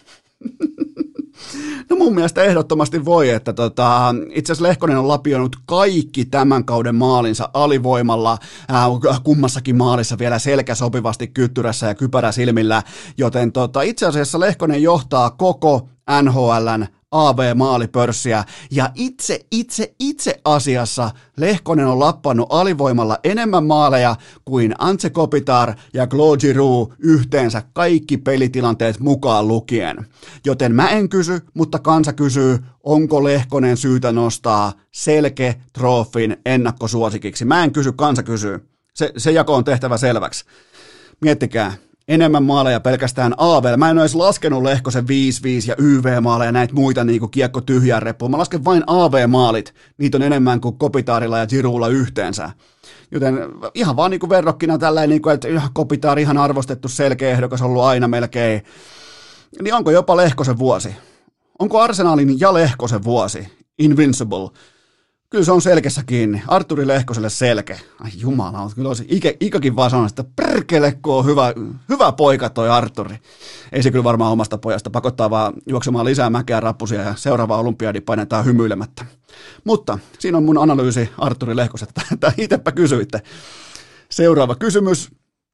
No mun mielestä ehdottomasti voi, että itse asiassa Lehkonen on lapioinut kaikki tämän kauden maalinsa alivoimalla, kummassakin maalissa vielä selkä sopivasti kyttyrässä ja kypärä silmillä, joten itse asiassa Lehkonen johtaa koko NHL:n AV-maalipörssiä, ja itse asiassa Lehkonen on lappannut alivoimalla enemmän maaleja kuin Antse Kopitar ja Claude Giroux yhteensä kaikki pelitilanteet mukaan lukien. Joten mä en kysy, mutta kansa kysyy, onko Lehkonen syytä nostaa Selke-trofin ennakkosuosikiksi. Mä en kysy, kansa kysyy. Se jako on tehtävä selväksi. Miettikää. Enemmän maaleja pelkästään AV. Mä en ole edes laskenut Lehkosen 5-5 ja YV-maaleja ja näitä muita niin kuin kiekko tyhjään reppuun. Mä lasken vain AV-maalit. Niitä on enemmän kuin Kopitarilla ja Girouxlla yhteensä. Joten ihan vaan niin kuin verrokkina tällainen, niin kuin, että Kopitar ihan arvostettu selkeä ehdokas ollut aina melkein. Niin onko jopa Lehkosen vuosi? Onko Arsenalin ja Lehkosen vuosi? Invincible. Kyllä se on selkessä kiinni. Artturi Lehkoselle selke. Ai jumala, kyllä olisi ikäkin vaan sanonut, että perkele, kun on hyvä poika toi Artturi. Ei se kyllä varmaan omasta pojasta. Pakottaa vaan juoksemaan lisää mäkeä rappusia ja seuraava olympiadi painetaan hymyilemättä. Mutta siinä on mun analyysi Artturi Lehkosesta. Itsepä kysyitte. Seuraava kysymys.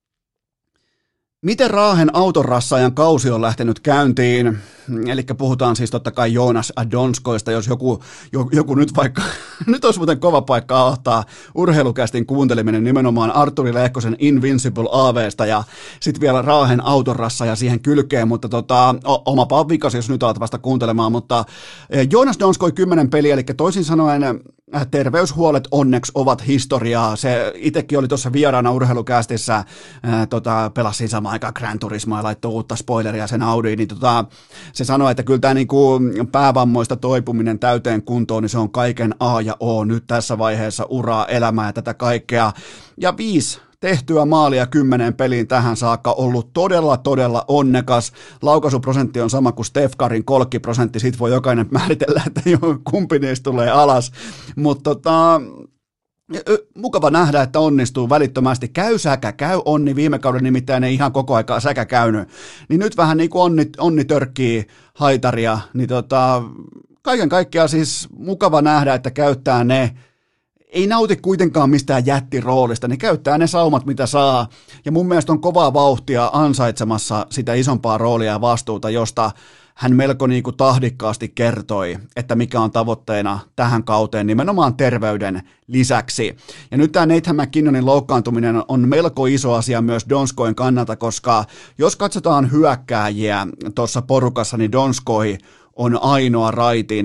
Miten Raahen autonrassaajan kausi on lähtenyt käyntiin? Eli puhutaan siis totta kai Joonas Donskoista, jos joku nyt vaikka, nyt olisi muuten kova paikka ottaa urheilukästin kuunteleminen nimenomaan Artturi Lehkosen Invincible AVsta ja sitten vielä Raahen autonrassaaja siihen kylkeen, mutta omapa on vikas, jos nyt alat vasta kuuntelemaan, mutta Joonas Donskoi 10 peliä, eli toisin sanoen terveyshuolet onneksi ovat historiaa. Se itsekin oli tuossa vieraana urheilukästissä, pelasi siinä samaan aikaan Gran Turismoa ja laittoi uutta spoileria sen Audiin, niin se sanoi, että kyllä tämä niinku päävammoista toipuminen täyteen kuntoon, niin se on kaiken A ja O nyt tässä vaiheessa uraa, elämää ja tätä kaikkea. Ja 5 tehtyä maalia 10 peliin tähän saakka, ollut todella onnekas. Laukaisuprosentti on sama kuin Steph Curryn kolkkiprosentti, siitä voi jokainen määritellä, että kumpi niistä tulee alas. Mutta mukava nähdä, että onnistuu välittömästi. Käy säkä, käy onni. Viime kauden nimittäin ei ihan koko aikaa säkä käynyt. Niin nyt vähän niin kuin onni törkkii haitaria. Niin kaiken kaikkiaan siis mukava nähdä, että käyttää ne. Ei nauti kuitenkaan mistään jättiroolista, niin käyttää ne saumat, mitä saa. Ja mun mielestä on kovaa vauhtia ansaitsemassa sitä isompaa roolia ja vastuuta, josta hän melko niin kuin tahdikkaasti kertoi, että mikä on tavoitteena tähän kauteen nimenomaan terveyden lisäksi. Ja nyt tämä Nathan McKinnonin loukkaantuminen on melko iso asia myös Donskoin kannalta, koska jos katsotaan hyökkääjiä tuossa porukassa, niin Donskoi on ainoa raitin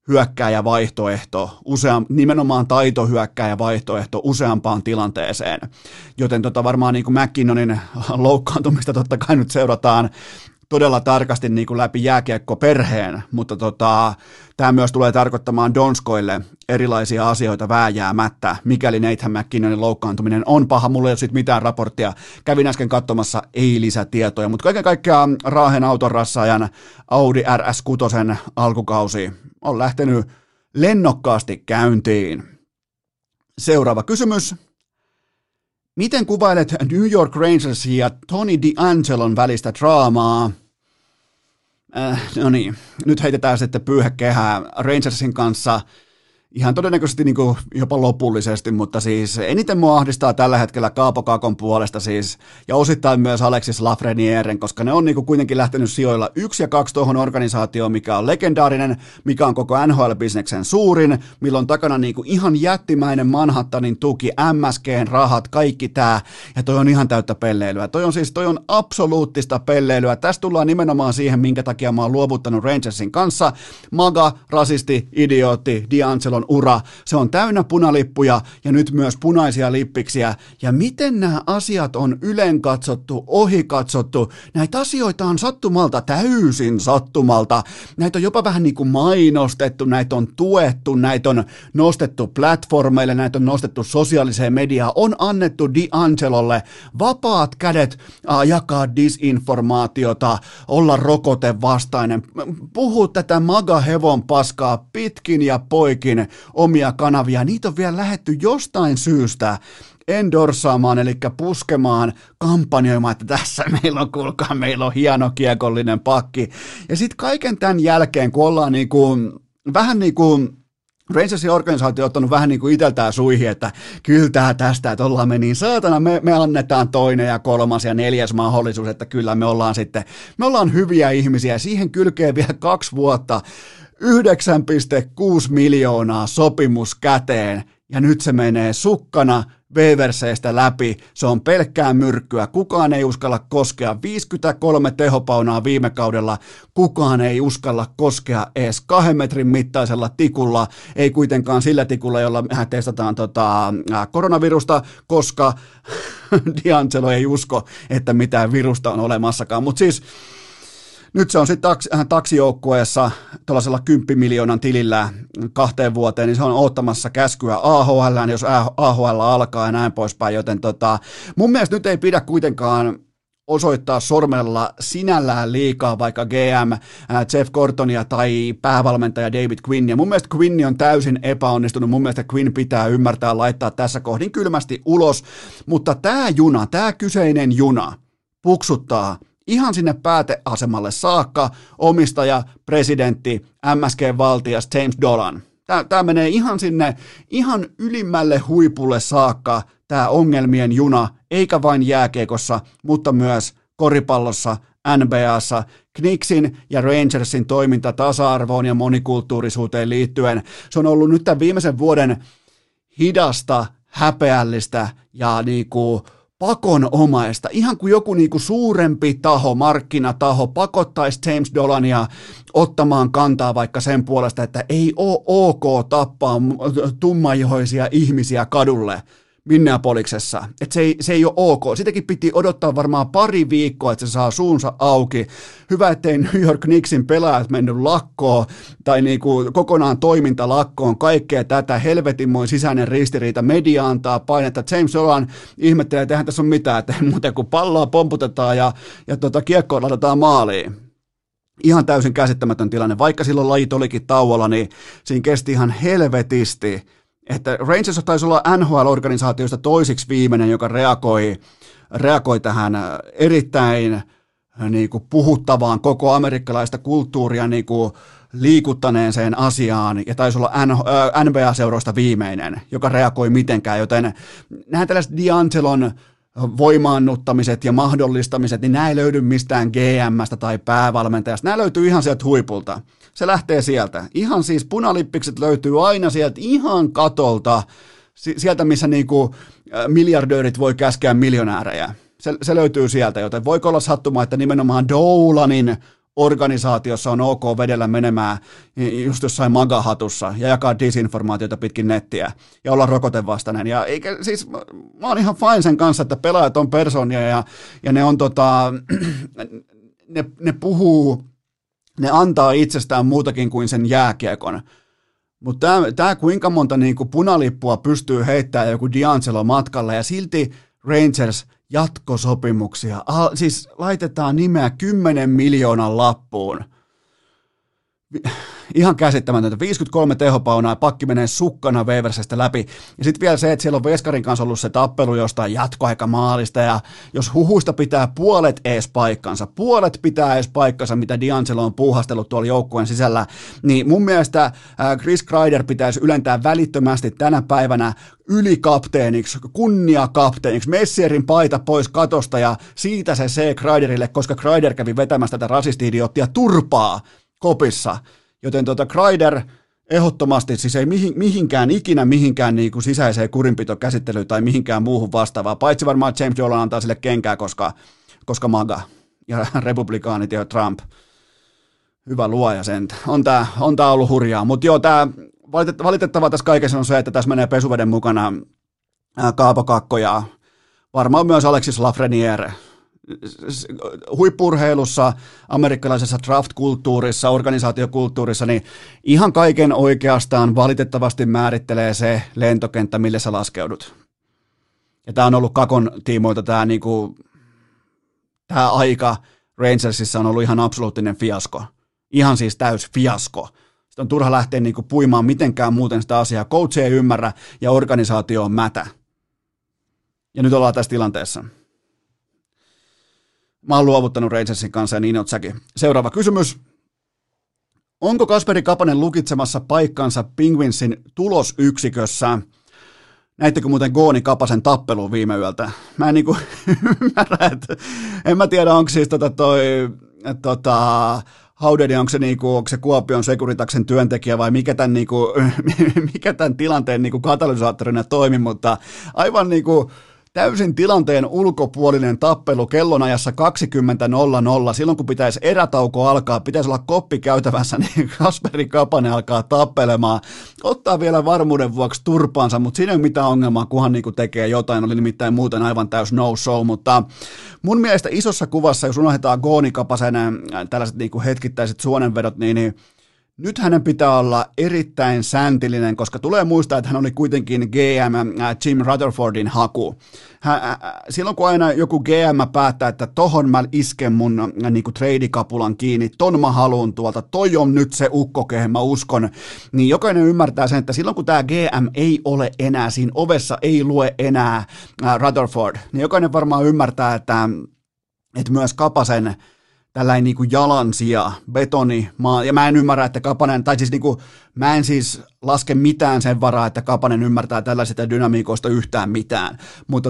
hyökkääjävaihtoehto, nimenomaan taitohyökkääjävaihtoehto useampaan tilanteeseen. Joten varmaan niin kuin McKinnonin loukkaantumista totta kai nyt seurataan todella tarkasti niin kuin läpi jääkiekkoperheen, mutta tämä myös tulee tarkoittamaan Donskoille erilaisia asioita vääjäämättä, mikäli Nathan McKinnonin loukkaantuminen on paha. Mulla ei ole siitä mitään raporttia. Kävin äsken katsomassa, ei lisätietoja, mutta kaiken kaikkiaan Raahen autonrassaajan Audi RS6 alkukausi on lähtenyt lennokkaasti käyntiin. Seuraava kysymys. Miten kuvailet New York Rangersin ja Tony DeAngelon välistä draamaa? No niin, nyt heitetään sitten pyyhekehää Rangersin kanssa ihan todennäköisesti niin kuin jopa lopullisesti, mutta siis eniten mua ahdistaa tällä hetkellä Kaapo Kakon puolesta siis, ja osittain myös Alexis Lafrenieren, koska ne on niin kuin kuitenkin lähtenyt sijoilla 1 ja 2 tuohon organisaatioon, mikä on legendaarinen, mikä on koko NHL-bisneksen suurin, milloin takana niin kuin ihan jättimäinen Manhattanin tuki, MSG:n rahat, kaikki tää, ja toi on ihan täyttä pelleilyä. Toi on absoluuttista pelleilyä. Tästä tullaan nimenomaan siihen, minkä takia mä oon luovuttanut Rangersin kanssa. Maga, rasisti, idiootti, DeAngelon ura, se on täynnä punalippuja ja nyt myös punaisia lippiksiä. Ja miten nämä asiat on ylenkatsottu, ohikatsottu, näitä asioita on sattumalta, täysin sattumalta. Näitä on jopa vähän niin kuin mainostettu, näitä on tuettu, näitä on nostettu platformeille, näitä on nostettu sosiaaliseen mediaan, on annettu DeAngelolle vapaat kädet jakaa disinformaatiota, olla rokotevastainen, puhua tätä maga-hevon paskaa pitkin ja poikin omia kanavia, niitä on vielä lähdetty jostain syystä endorsaamaan, eli puskemaan, kampanjoimaan, että tässä meillä on, kuulkaa, meillä on hieno kiekollinen pakki. Ja sitten kaiken tämän jälkeen, kun ollaan vähän niin kuin Rangersin organisaatio on ottanut vähän niin kuin itseltään suihin, että kyllä tää tästä, että ollaan me niin saatana, me annetaan toinen ja kolmas ja neljäs mahdollisuus, että kyllä me ollaan hyviä ihmisiä, siihen kylkee vielä 2 vuotta, 9,6 miljoonaa sopimus käteen, ja nyt se menee sukkana Waverseistä läpi, se on pelkkää myrkkyä, kukaan ei uskalla koskea, 53 tehopaunaa viime kaudella, kukaan ei uskalla koskea edes 2 metrin mittaisella tikulla, ei kuitenkaan sillä tikulla, jolla testataan koronavirusta, koska DeAngelo ei usko, että mitään virusta on olemassakaan, mutta siis nyt se on sitten taksijoukkueessa tuollaisella 10 miljoonan tilillä 2 vuoteen, niin se on odottamassa käskyä AHL:ään, jos AHL alkaa ja näin poispäin, joten mun mielestä nyt ei pidä kuitenkaan osoittaa sormella sinällään liikaa vaikka GM Jeff Gortonia tai päävalmentaja David Quinnia. Mun mielestä Quinn on täysin epäonnistunut, mun mielestä Quinn pitää ymmärtää laittaa tässä kohdin kylmästi ulos, mutta tämä kyseinen juna puksuttaa ihan sinne pääteasemalle saakka, omistaja, presidentti, MSG-valtias James Dolan. Tämä menee ihan sinne, ihan ylimmälle huipulle saakka, tämä ongelmien juna, eikä vain jääkiekossa, mutta myös koripallossa, NBAssa, Knicksin ja Rangersin toiminta tasa-arvoon ja monikulttuurisuuteen liittyen. Se on ollut nyt tämän viimeisen vuoden hidasta, häpeällistä ja pakonomaista, ihan kuin joku suurempi taho, markkinataho pakottaisi James Dolania ottamaan kantaa vaikka sen puolesta, että ei ole ok tappaa tummaihoisia ihmisiä kadulle Minneapoliksessa, että se ei ole ok. Sitäkin piti odottaa varmaan 2 viikkoa, että se saa suunsa auki. Hyvä, ettei New York Knicksin pelaajat mennyt lakkoon tai kokonaan toimintalakkoon, kaikkea tätä, helvetinmoin sisäinen ristiriita, media antaa painetta. James Dolan ihmettelee, että eihän tässä ole mitään, että muuten kun palloa pomputetaan ja kiekkoa laitetaan maaliin. Ihan täysin käsittämätön tilanne, vaikka silloin lajit olikin tauolla, niin siinä kesti ihan helvetisti. Että Rangers taisi olla NHL-organisaatioista toisiksi viimeinen, joka reagoi tähän erittäin puhuttavaan koko amerikkalaista kulttuuria liikuttaneeseen asiaan, ja taisi olla NBA-seuroista viimeinen, joka reagoi mitenkään, joten nämä tällaiset DeAngelon voimaannuttamiset ja mahdollistamiset, niin nämä ei löydy mistään GM:stä tai päävalmentajasta, nämä löytyy ihan sieltä huipulta. Se lähtee sieltä. Ihan siis punalippikset löytyy aina sieltä ihan katolta, sieltä missä miljardöörit voi käskeä miljonäärejä. Se löytyy sieltä, joten voiko olla sattumaa, että nimenomaan Dolanin organisaatiossa on ok vedellä menemään just jossain magahatussa ja jakaa disinformaatiota pitkin nettiä ja olla rokotevastainen. Ja eikä, siis mä oon ihan fine sen kanssa, että pelaajat on persoonia ja ne on ne puhuu, ne antaa itsestään muutakin kuin sen jääkiekon. Mutta tämä kuinka monta niinku punalippua pystyy heittämään joku D'Angelo matkalle ja silti Rangers jatkosopimuksia. Siis laitetaan nimeä 10 miljoonan lappuun. Ihan käsittämätöntä. 53 tehopaunaa ja pakki menee sukkana Waversestä läpi. Ja sitten vielä se, että siellä on Veskarin kanssa ollut se tappelu jostain jatkoaikamaalista. Ja jos huhuista pitää puolet ees paikkansa, mitä D'Angelo on puuhastellut tuolla joukkueen sisällä, niin mun mielestä Chris Kreider pitäisi ylentää välittömästi tänä päivänä ylikapteeniksi, kunniakapteeniksi, Messierin paita pois katosta ja siitä se C Kreiderille, koska Kreider kävi vetämässä tätä rasisti-idioottia turpaa kopissa, joten Kreider ehdottomasti siis ei mihinkään niin kuin sisäiseen kurinpitokäsittelyyn tai mihinkään muuhun vastaavaan, paitsi varmaan James Dolan antaa sille kenkää, koska MAGA ja republikaanit ja Trump, hyvä luoja sen, on tää ollut hurjaa, mutta joo, tämä valitettavaa tässä kaikessa on se, että tässä menee pesuveden mukana Kaapo Kakko ja varmaan myös Alexis Lafreniere. Huippu-urheilussa, amerikkalaisessa draft-kulttuurissa, organisaatiokulttuurissa, niin ihan kaiken oikeastaan valitettavasti määrittelee se lentokenttä, mille sä laskeudut. Ja tämä on ollut Kakon tiimoilta tämä aika Rangersissa on ollut ihan absoluuttinen fiasko. Ihan siis täys fiasko. Sitten on turha lähteä puimaan mitenkään muuten sitä asiaa. Coach ei ymmärrä ja organisaatio on mätä. Ja nyt ollaan tässä tilanteessa. Mä oon luovuttanut Rangersin kanssa ja niin oot säkin. Seuraava kysymys. Onko Kasperi Kapanen lukitsemassa paikkansa Penguinsin tulosyksikössä? Näittekö muuten Gooni Kapasen tappeluun viime yöltä? Mä en ymmärrä, että en mä tiedä, onko siis Haudedi, onko se Kuopion Securitaksen työntekijä vai mikä tämän tilanteen katalysaattorina toimi, mutta aivan täysin tilanteen ulkopuolinen tappelu kellonajassa 20.00. Silloin kun pitäisi erätauko alkaa, pitäisi olla koppi käytävässä, niin Kasperi Kapanen alkaa tappelemaan. Ottaa vielä varmuuden vuoksi turpaansa, mutta siinä ei ole mitään ongelmaa, kunhan tekee jotain. Oli nimittäin muuten aivan täys no show, mutta mun mielestä isossa kuvassa, jos unohdetaan Gooni Kapasen tällaiset hetkittäiset suonenvedot, niin nyt hänen pitää olla erittäin säntillinen, koska tulee muistaa, että hän oli kuitenkin GM Jim Rutherfordin haku. Silloin kun aina joku GM päättää, että tohon mä isken mun treidikapulan kiinni, ton mä haluun tuolta, toi on nyt se ukko, kehen mä uskon, niin jokainen ymmärtää sen, että silloin kun tämä GM ei ole enää, siinä ovessa ei lue enää Rutherford, niin jokainen varmaan ymmärtää, että myös Kapasen tällainen jalansija, betoni, ja mä en ymmärrä, että Kapanen, tai siis mä en siis laske mitään sen varaa, että Kapanen ymmärtää tällaisista dynamiikoista yhtään mitään, mutta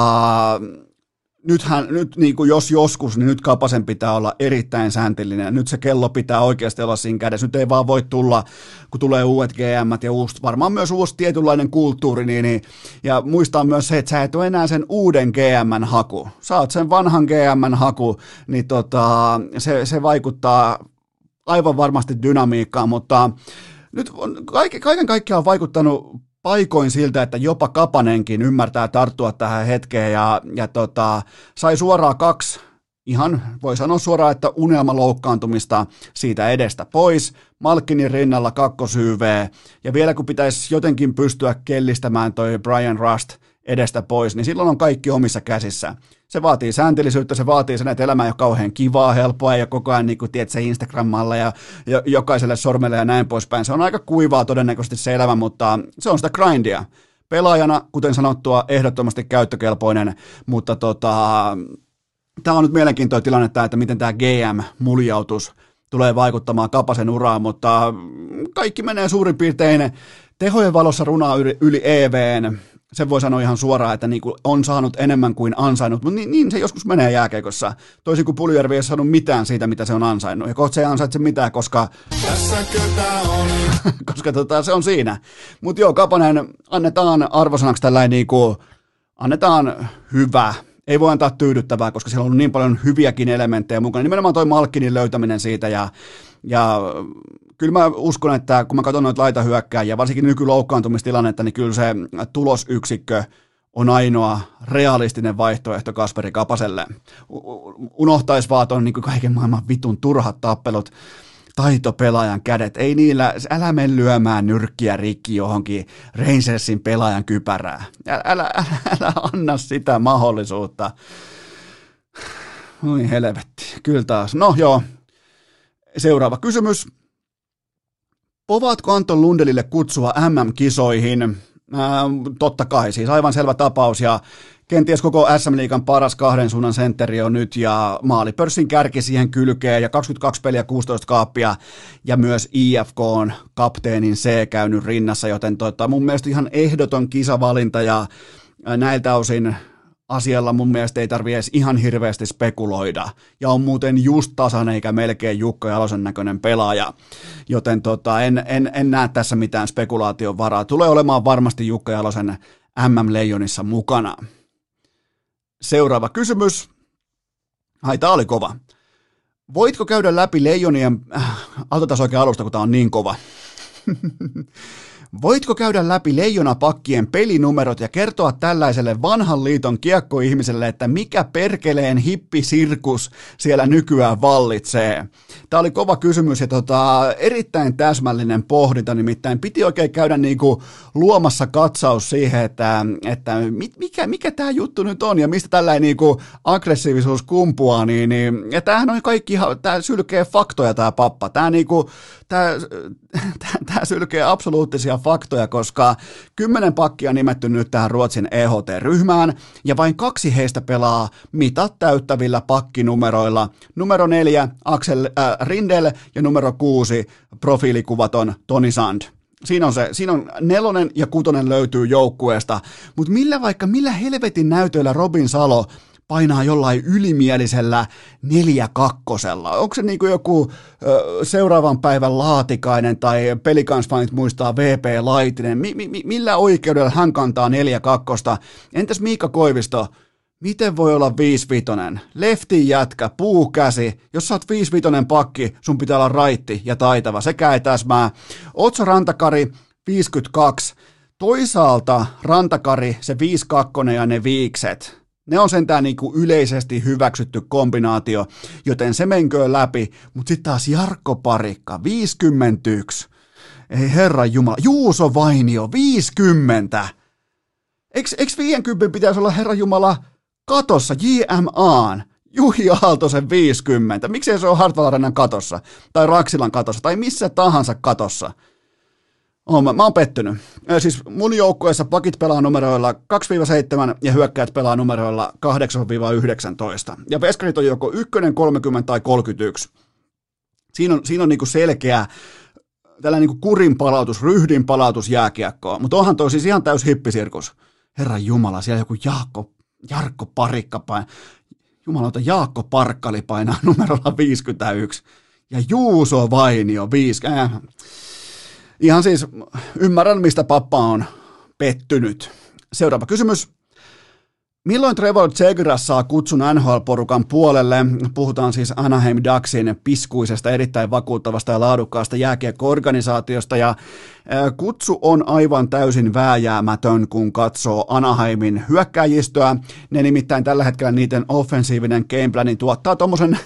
nyt jos joskus, niin nyt Kapasen pitää olla erittäin säntillinen. Nyt se kello pitää oikeasti olla siinä kädessä. Nyt ei vaan voi tulla, kun tulee uudet GM:t ja varmaan myös uusi tietynlainen kulttuuri. Ja muistaa myös se, että sä et ole enää sen uuden GM:n haku. Sä oot sen vanhan GM:n haku, niin se vaikuttaa aivan varmasti dynamiikkaan, mutta nyt on kaiken kaikkiaan vaikuttanut paikoin siltä, että jopa Kapanenkin ymmärtää tarttua tähän hetkeen ja sai suoraan 2, ihan voi sanoa suoraan, että unelmaloukkaantumista siitä edestä pois, Malkkinin rinnalla 2 YV, ja vielä kun pitäisi jotenkin pystyä kellistämään toi Brian Rust edestä pois, niin silloin on kaikki omissa käsissä. Se vaatii sääntillisyyttä, se vaatii sen, että elämä ei ole kauhean kivaa, helppoa ja koko ajan tiedätkö, Instagramalla ja jokaiselle sormelle ja näin poispäin. Se on aika kuivaa todennäköisesti se elämä, mutta se on sitä grindia. Pelaajana, kuten sanottua, ehdottomasti käyttökelpoinen, mutta tämä on nyt mielenkiintoinen tilanne, että miten tämä GM-muljautus tulee vaikuttamaan Kapasen uraan, mutta kaikki menee suurin piirtein tehojen valossa runaa yli EV:n. Sen voi sanoa ihan suoraan, että on saanut enemmän kuin ansainnut, mutta niin se joskus menee jääkiekossa. Toisin kuin Puljujärvi ei saanut mitään siitä, mitä se on ansainnut. Ja kohta se ei ansaitse mitään, koska koska se on siinä. Mutta joo, Kapanen, annetaan arvosanaksi tällainen, annetaan hyvä. Ei voi antaa tyydyttävää, koska siellä on ollut niin paljon hyviäkin elementtejä mukana. Nimenomaan toi Malkkinin löytäminen siitä ja kyllä mä uskon, että kun mä katson noita laitahyökkääjiä, varsinkin nykyloukkaantumistilannetta, niin kyllä se tulosyksikkö on ainoa realistinen vaihtoehto Kasperi Kapaselle. Unohtaisi vaan ton niin kuin kaiken maailman vitun turhat tappelut, taitopelaajan kädet, ei niillä, älä mene lyömään nyrkkiä rikki johonkin Rangersin pelaajan kypärää. Älä anna sitä mahdollisuutta. Oi helvetti, kyllä taas. No joo, seuraava kysymys. Povaatko Anton Lundelille kutsua MM-kisoihin? Totta kai, siis aivan selvä tapaus ja kenties koko SM-liigan paras kahden suunnan sentteri on nyt ja maalipörssin kärki siihen kylkeen ja 22 peliä, 16 kaappia ja myös IFK on kapteenin C käynyt rinnassa, joten mun mielestä ihan ehdoton kisavalinta ja näiltä osin asialla mun mielestä ei tarvitse edes ihan hirveästi spekuloida. Ja on muuten just tasan eikä melkein Jukka Jalosen näköinen pelaaja. Joten en näe tässä mitään spekulaation varaa. Tulee olemaan varmasti Jukka Jalosen MM-leijonissa mukana. Seuraava kysymys. Ai, tää oli kova. Voitko käydä läpi leijonien... Otetaan oikein alusta, kun tää on niin kova. Voitko käydä läpi leijonapakkien pelinumerot ja kertoa tällaiselle vanhan liiton kiekkoihmiselle, että mikä perkeleen hippisirkus siellä nykyään vallitsee? Tämä oli kova kysymys ja erittäin täsmällinen pohdinta, nimittäin piti oikein käydä niinku luomassa katsaus siihen, että mikä tämä juttu nyt on ja mistä tällainen niinku aggressiivisuus kumpuaa, ja tämähän on kaikki, tämä sylkee faktoja tämä pappa, tämä sylkee absoluuttisia faktoja, koska 10 pakkia on nimetty nyt tähän Ruotsin EHT-ryhmään, ja vain 2 heistä pelaa mitat täyttävillä pakkinumeroilla. Numero 4 Axel Rindel ja numero 6 profiilikuvaton Toni Sand. Siinä on 4 ja 6 löytyy joukkueesta, mutta millä helvetin näytöillä Robin Salo painaa jollain ylimielisellä 4-2. Onko se niin kuin joku seuraavan päivän Laatikainen tai Pelikansfanit muistaa VP Laitinen? Millä oikeudella hän kantaa 4-2? Entäs Miikka Koivisto? Miten voi olla 5-5? Leftin jätkä, puukäsi. Jos sä oot 5-5 pakki, sun pitää olla raitti ja taitava. Sekä ei täsmää. Otso Rantakari, 52. Toisaalta Rantakari, se 5-2 ja ne viikset. Ne on sentään niin kuin yleisesti hyväksytty kombinaatio, joten se menköön läpi. Mutta sitten taas Jarkko Parikka, 51. Ei herran jumala. Juuso Vainio, 50. Eikö 50 pitäisi olla herran jumala katossa, JMAn? Juhi Aaltosen 50. Miksei se ole Hartwall Arenan katossa? Tai Raksilan katossa? Tai missä tahansa katossa? Mä oon pettynyt. Siis mun joukkueessa pakit pelaa numeroilla 2-7 ja hyökkäät pelaa numeroilla 8-19. Ja veskarit on joko 1, 30 tai 31. Siinä on niinku selkeä tällainen niinku kurin palautus, ryhdin palautus jääkiekkoon. Mutta onhan toi siis ihan täys hippisirkus. Herran jumala, siellä joku Jarkko Parikka jumalauta, Jaakko Parkkali painaa numerolla 51. Ja Juuso Vainio 50. Ihan siis ymmärrän, mistä pappa on pettynyt. Seuraava kysymys. Milloin Trevor Zegras saa kutsun NHL-porukan puolelle? Puhutaan siis Anaheim Ducksin piskuisesta, erittäin vakuuttavasta ja laadukkaasta jääkiekko-organisaatiosta. Ja kutsu on aivan täysin vääjäämätön, kun katsoo Anaheimin hyökkääjistöä. Ne nimittäin tällä hetkellä niiden offensiivinen gameplanin tuottaa tommosen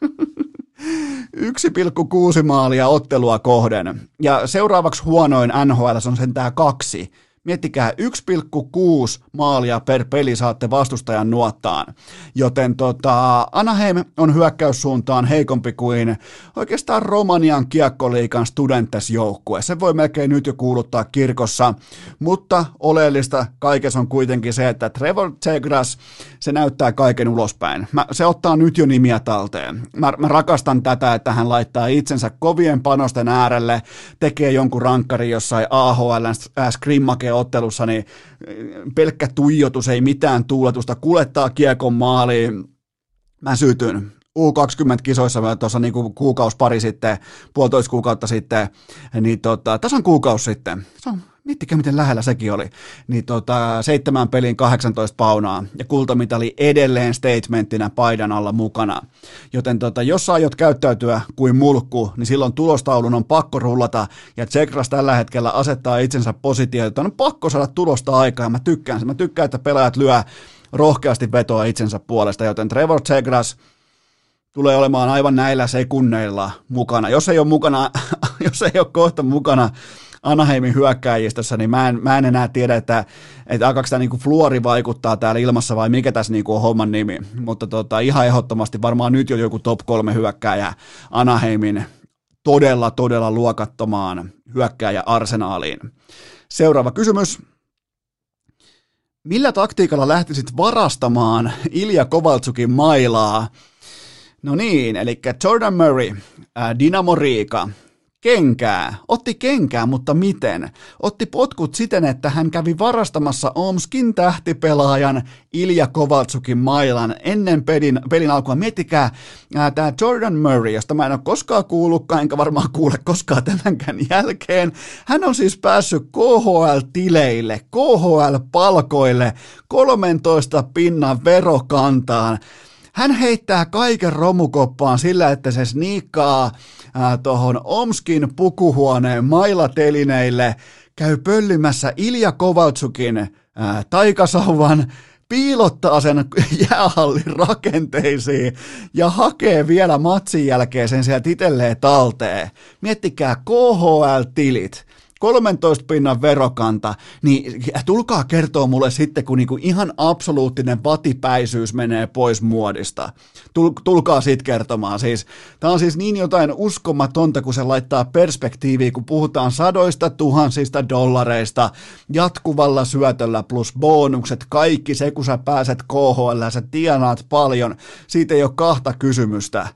1,6 maalia ottelua kohden. Ja seuraavaksi huonoin NHL on sentään 2. Miettikää, 1,6 maalia per peli saatte vastustajan nuottaan. Joten Anaheim on hyökkäyssuuntaan heikompi kuin oikeastaan Romanian kiekkoliigan Studentes-joukkue. Se voi melkein nyt jo kuuluttaa kirkossa, mutta oleellista kaikessa on kuitenkin se, että Trevor Zegras, se näyttää kaiken ulospäin. Se ottaa nyt jo nimiä talteen. Mä rakastan tätä, että hän laittaa itsensä kovien panosten äärelle, tekee jonkun rankkarin jossain AHL:n skrimmake-ottelussa, niin pelkkä tuijotus, ei mitään tuuletusta, kulettaa kiekon maaliin. Mä sytyn. U20-kisoissa tuossa niinku kuukausi pari sitten, 1,5 kuukautta sitten, niin tasan kuukausi sitten. Se on Miettikää, miten lähellä sekin oli. Niin 7 peliin 18 paunaa ja kultamitali edelleen statementtina paidan alla mukana. Joten jos sä aiot käyttäytyä kuin mulkku, niin silloin tulostaulun on pakko rullata ja Tsegras tällä hetkellä asettaa itsensä positioon, että on pakko saada tulosta aikaa. Mä tykkään, että pelaajat lyö rohkeasti vetoa itsensä puolesta, joten Trevor Tsegras tulee olemaan aivan näillä sekunneilla mukana. Jos ei ole kohta mukana Anaheimin hyökkääjistössä, niin mä en enää tiedä, että alkaako tämä niinku fluori vaikuttaa täällä ilmassa vai mikä tässä niinku on homman nimi. Mutta ihan ehdottomasti varmaan nyt jo joku top 3 hyökkääjä Anaheimin todella luokattomaan hyökkääjä-arsenaaliin. Seuraava kysymys. Millä taktiikalla lähtisit varastamaan Ilja Kovaltsukin mailaa? No niin, eli Jordan Murray, Dynamo Riga, otti kenkää, mutta miten? Otti potkut siten, että hän kävi varastamassa Omskin tähtipelaajan Ilja Kovaltsukin mailan ennen pelin alkua. Miettikää, tämä Jordan Murray, josta mä en ole koskaan kuullutkaan, enkä varmaan kuule koskaan tämänkään jälkeen. Hän on siis päässyt KHL-tileille, KHL-palkoille, 13 pinnan verokantaan. Hän heittää kaiken romukoppaan sillä, että se sniikkaa tuohon Omskin pukuhuoneen mailatelineille, käy pöllimässä Ilja Kovaltsukin taikasauvan, piilottaa sen jäähallin rakenteisiin ja hakee vielä matsin jälkeen sen sieltä itselleen talteen. Miettikää KHL-tilit. 13 pinnan verokanta, niin tulkaa kertoa mulle sitten, kun niinku ihan absoluuttinen vatipäisyys menee pois muodista. Tulkaa siitä kertomaan. Tämä on siis niin jotain uskomatonta, kun se laittaa perspektiiviin, kun puhutaan sadoista tuhansista dollareista, jatkuvalla syötöllä plus bonukset, kaikki se, kun sä pääset KHL, sä tienaat paljon, siitä ei ole kahta kysymystä.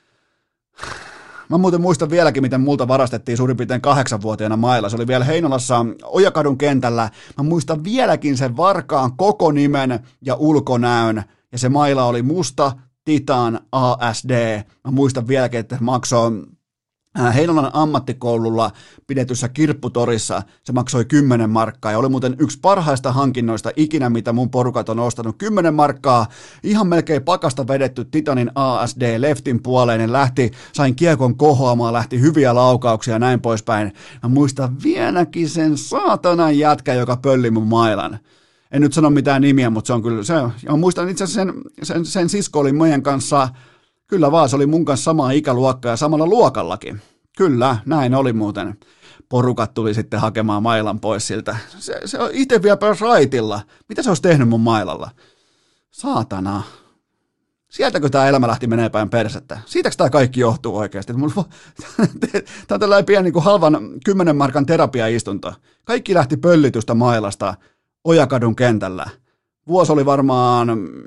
Mä muuten muistan vieläkin, miten multa varastettiin suurin piirtein 8-vuotiaana mailla. Se oli vielä Heinolassa Ojakadun kentällä. Mä muistan vieläkin sen varkaan koko nimen ja ulkonäön. Ja se maila oli musta Titan ASD. Mä muistan vieläkin, että maksoi Heinolan ammattikoululla pidetyssä kirpputorissa. Se maksoi 10 markkaa ja oli muuten yksi parhaista hankinnoista ikinä, mitä mun porukat on ostanut. 10 markkaa, ihan melkein pakasta vedetty Titanin ASD leftin puoleen. Ja sain kiekon kohoamaan, lähti hyviä laukauksia ja näin poispäin. Mä muistan vieläkin sen saatanan jätkä, joka pölli mun mailan. En nyt sano mitään nimiä, mutta se on kyllä se. Ja muistan itse asiassa sen sisko oli meidän kanssa. Kyllä vaan, se oli mun kanssa samaa ikäluokkaa ja samalla luokallakin. Kyllä, näin oli muuten. Porukat tuli sitten hakemaan mailan pois siltä. Se on itse vielä pääsi raitilla. Mitä se olisi tehnyt mun mailalla? Saatana. Sieltäkö tämä elämä lähti menee päin persettä? Siitäkö tämä kaikki johtuu oikeasti? Tämä on tällainen pieni niin kuin halvan 10 markan terapiaistunto. Kaikki lähti pöllitystä mailasta Ojakadun kentällä. Vuosi oli varmaan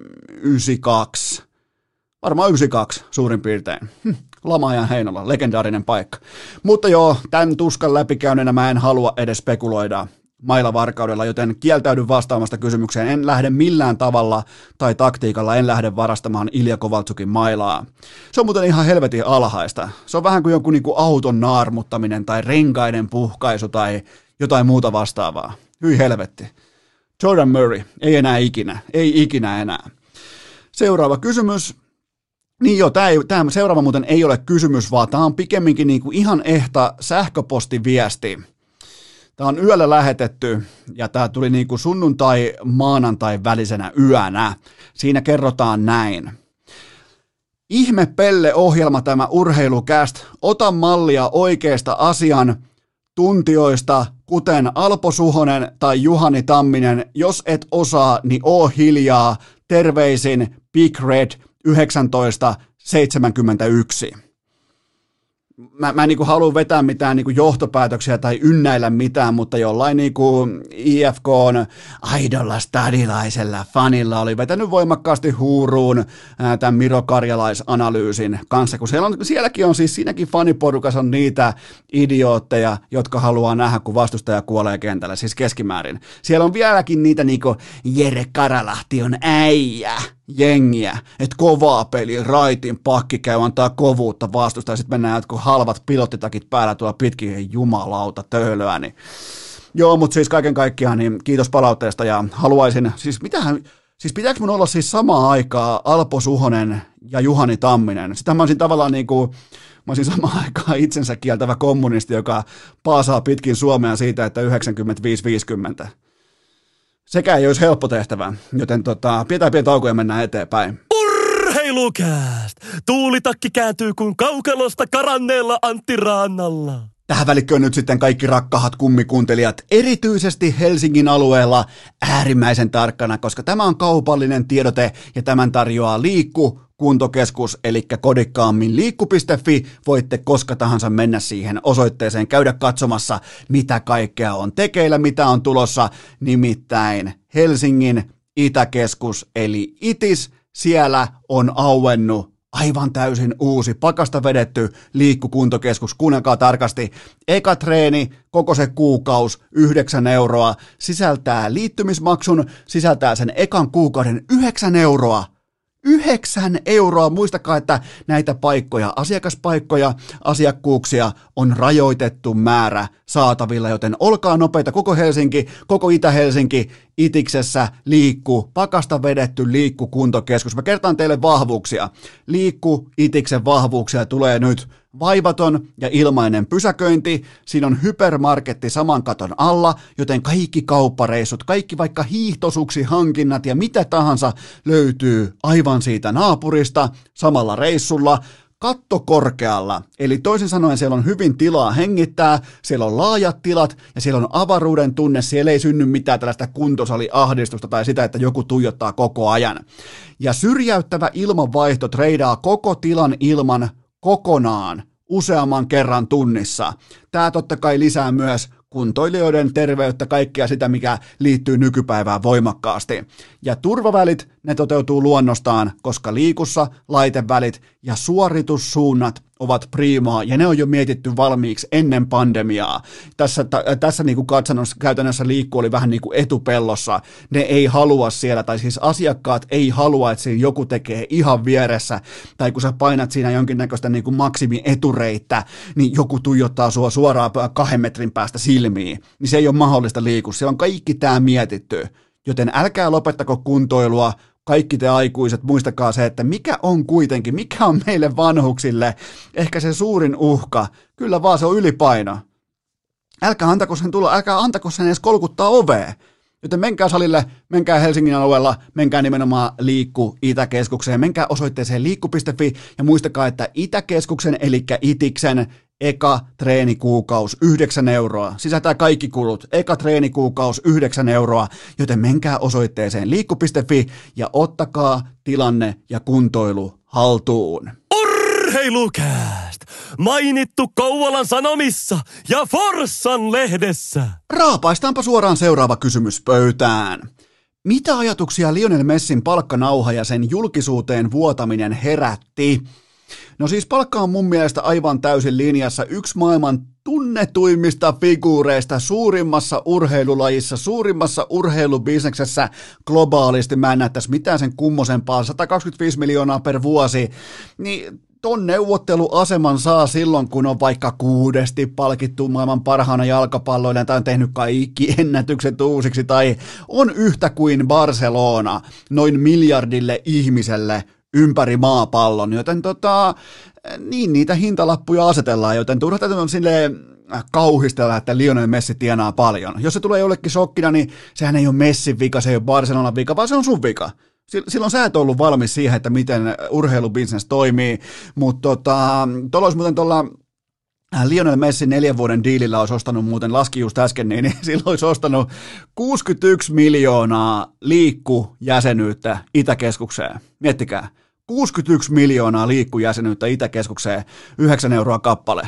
92. Varmaan 92 suurin piirtein. Lama-ajan Heinola, legendaarinen paikka. Mutta joo, tämän tuskan läpikäyneenä mä en halua edes spekuloida mailavarkaudella, joten kieltäydyn vastaamasta kysymykseen. En lähde millään tavalla tai taktiikalla, en lähde varastamaan Ilja Kovaltsukin mailaa. Se on muuten ihan helvetin alhaista. Se on vähän kuin jonkun niinku auton naarmuttaminen tai renkaiden puhkaisu tai jotain muuta vastaavaa. Hyi helvetti. Jordan Murray, ei enää ikinä. Ei ikinä enää. Seuraava kysymys. Niin joo, tämä seuraava muuten ei ole kysymys, vaan tämä on pikemminkin niinku ihan ehta sähköpostiviesti. Tämä on yöllä lähetetty ja tämä tuli niinku sunnuntai-maanantai välisenä yönä. Siinä kerrotaan näin. Ihme Pelle-ohjelma tämä urheilucast. Ota mallia oikeista asian tuntijoista, kuten Alpo Suhonen tai Juhani Tamminen. Jos et osaa, niin oo hiljaa. Terveisin Big Red 1971. Mä niin kuin haluan vetää mitään niin kuin johtopäätöksiä tai ynnäillä mitään, mutta jollain niin kuin IFK:n aidolla stadilaisella fanilla oli vetänyt voimakkaasti huuruun tämän Miro Karjalais-analyysin kanssa, kun sielläkin on siis siinäkin faniporukassa on niitä idiootteja, jotka haluaa nähdä, kun vastustaja kuolee kentällä, siis keskimäärin. Siellä on vieläkin niitä niin kuin Jere Karalahti on äijä. Jengiä, että kovaa peli, raitin pakki käy antaa kovuutta vastusta ja sitten mennään jotkut halvat pilottitakit päällä tuolla pitkin jumalauta töölöä, niin Joo, mutta siis kaiken kaikkiaan niin kiitos palautteesta ja haluaisin, siis pitääkö mun olla siis samaan aikaa Alpo Suhonen ja Juhani Tamminen? Sitä mä olisin tavallaan niinku, mä olisin samaan aikaan itsensä kieltävä kommunisti, joka paasaa pitkin Suomea siitä, että 95-50. Sekä ei olisi helppo tehtävä, joten pidetään pieni tauko ja mennään eteenpäin. Urheilukääst! Tuulitakki kääntyy kuin kaukalosta karanneella Antti Raannalla. Tähän välikköön nyt sitten kaikki rakkahat kummikuuntelijat, erityisesti Helsingin alueella äärimmäisen tarkkana, koska tämä on kaupallinen tiedote ja tämän tarjoaa Liikku-kuntokeskus, eli kodikkaammin liikku.fi. Voitte koska tahansa mennä siihen osoitteeseen, käydä katsomassa, mitä kaikkea on tekeillä, mitä on tulossa, nimittäin Helsingin Itäkeskus, eli ITIS, siellä on auennut aivan täysin uusi, pakasta vedetty liikkukuntokeskus. Kuunnelkaa tarkasti. Eka treeni, koko se kuukaus, 9 euroa. Sisältää liittymismaksun, sisältää sen ekan kuukauden 9 euroa. 9 euroa. Muistakaa, että näitä paikkoja, asiakaspaikkoja, asiakkuuksia on rajoitettu määrä saatavilla, joten olkaa nopeita. Koko Helsinki, koko Itä-Helsinki, Itiksessä Liikku, pakasta vedetty Liikku-kuntokeskus. Mä kertaan teille vahvuuksia. Liikku Itiksen vahvuuksia tulee nyt vaivaton ja ilmainen pysäköinti. Siinä on hypermarketti saman katon alla, joten kaikki kauppareissut, kaikki vaikka hiihtosuksi hankinnat ja mitä tahansa löytyy aivan siitä naapurista samalla reissulla. Katto korkealla, eli toisin sanoen siellä on hyvin tilaa hengittää, siellä on laajat tilat ja siellä on avaruuden tunne, siellä ei synny mitään tällaista kuntosaliahdistusta tai sitä, että joku tuijottaa koko ajan. Ja syrjäyttävä ilmanvaihto treidaa koko tilan ilman kokonaan useamman kerran tunnissa. Tämä totta kai lisää myös kuntoilijoiden terveyttä, kaikkea sitä, mikä liittyy nykypäivään voimakkaasti. Ja turvavälit, ne toteutuu luonnostaan, koska Liikussa laitevälit ja suoritussuunnat ovat priimaa, ja ne on jo mietitty valmiiksi ennen pandemiaa. Tässä niin kuin katsannossa käytännössä Liikku oli vähän niin kuin etupellossa. Ne ei halua siellä, tai siis asiakkaat ei halua, että siinä joku tekee ihan vieressä, tai kun sä painat siinä jonkinnäköistä niin kuin maksimietureittä, niin joku tuijottaa sua suoraan 2 metrin päästä silmiin. Niin se ei ole mahdollista Liikussa. Siellä on kaikki tämä mietitty. Joten älkää lopettako kuntoilua, kaikki te aikuiset, muistakaa se, että mikä on meille vanhuksille ehkä se suurin uhka. Kyllä vaan se on ylipaino. Älkää antako sen edes kolkuttaa ovea. Joten menkää salille, menkää Helsingin alueella, menkää nimenomaan Liikku Itäkeskukseen, menkää osoitteeseen liikku.fi ja muistakaa, että Itäkeskuksen eli Itiksen eka treenikuukaus 9 euroa. Sisältää kaikki kulut. Eka treenikuukaus 9 euroa, joten menkää osoitteeseen liikku.fi ja ottakaa tilanne ja kuntoilu haltuun. Urheilukääst! Mainittu Kouvolan Sanomissa ja Forssan lehdessä. Raapaistaanpa suoraan seuraava kysymys pöytään. Mitä ajatuksia Lionel Messin palkkanauha ja sen julkisuuteen vuotaminen herätti? No siis palkka on mun mielestä aivan täysin linjassa yksi maailman tunnetuimmista figuureista suurimmassa urheilulajissa, suurimmassa urheilubisneksessä globaalisti. Mä en näe tässä mitään sen kummosempaa, 125 miljoonaa per vuosi, niin ton neuvotteluaseman saa silloin, kun on vaikka 6 palkittu maailman parhaana jalkapalloilla tai on tehnyt kaikki ennätykset uusiksi tai on yhtä kuin Barcelona noin miljardille ihmiselle ympäri maapallon, joten niin niitä hintalappuja asetellaan, joten turha täytyy on silleen kauhistella, että Lionel Messi tienaa paljon. Jos se tulee jollekin shokkina, niin sehän ei ole Messin vika, se ei ole Barcelonan vika, vaan se on sun vika. Silloin sä et ollut valmis siihen, että miten urheilubisnes toimii, mutta tuolla olisi muuten tuolla Lionel Messin 4 vuoden diilillä olisi ostanut, muuten laski just äsken, niin silloin olisi ostanut 61 miljoonaa liikkujäsenyyttä Itäkeskukseen. Miettikää, 61 miljoonaa liikkujäsenyyttä Itäkeskukseen, 9 euroa kappale.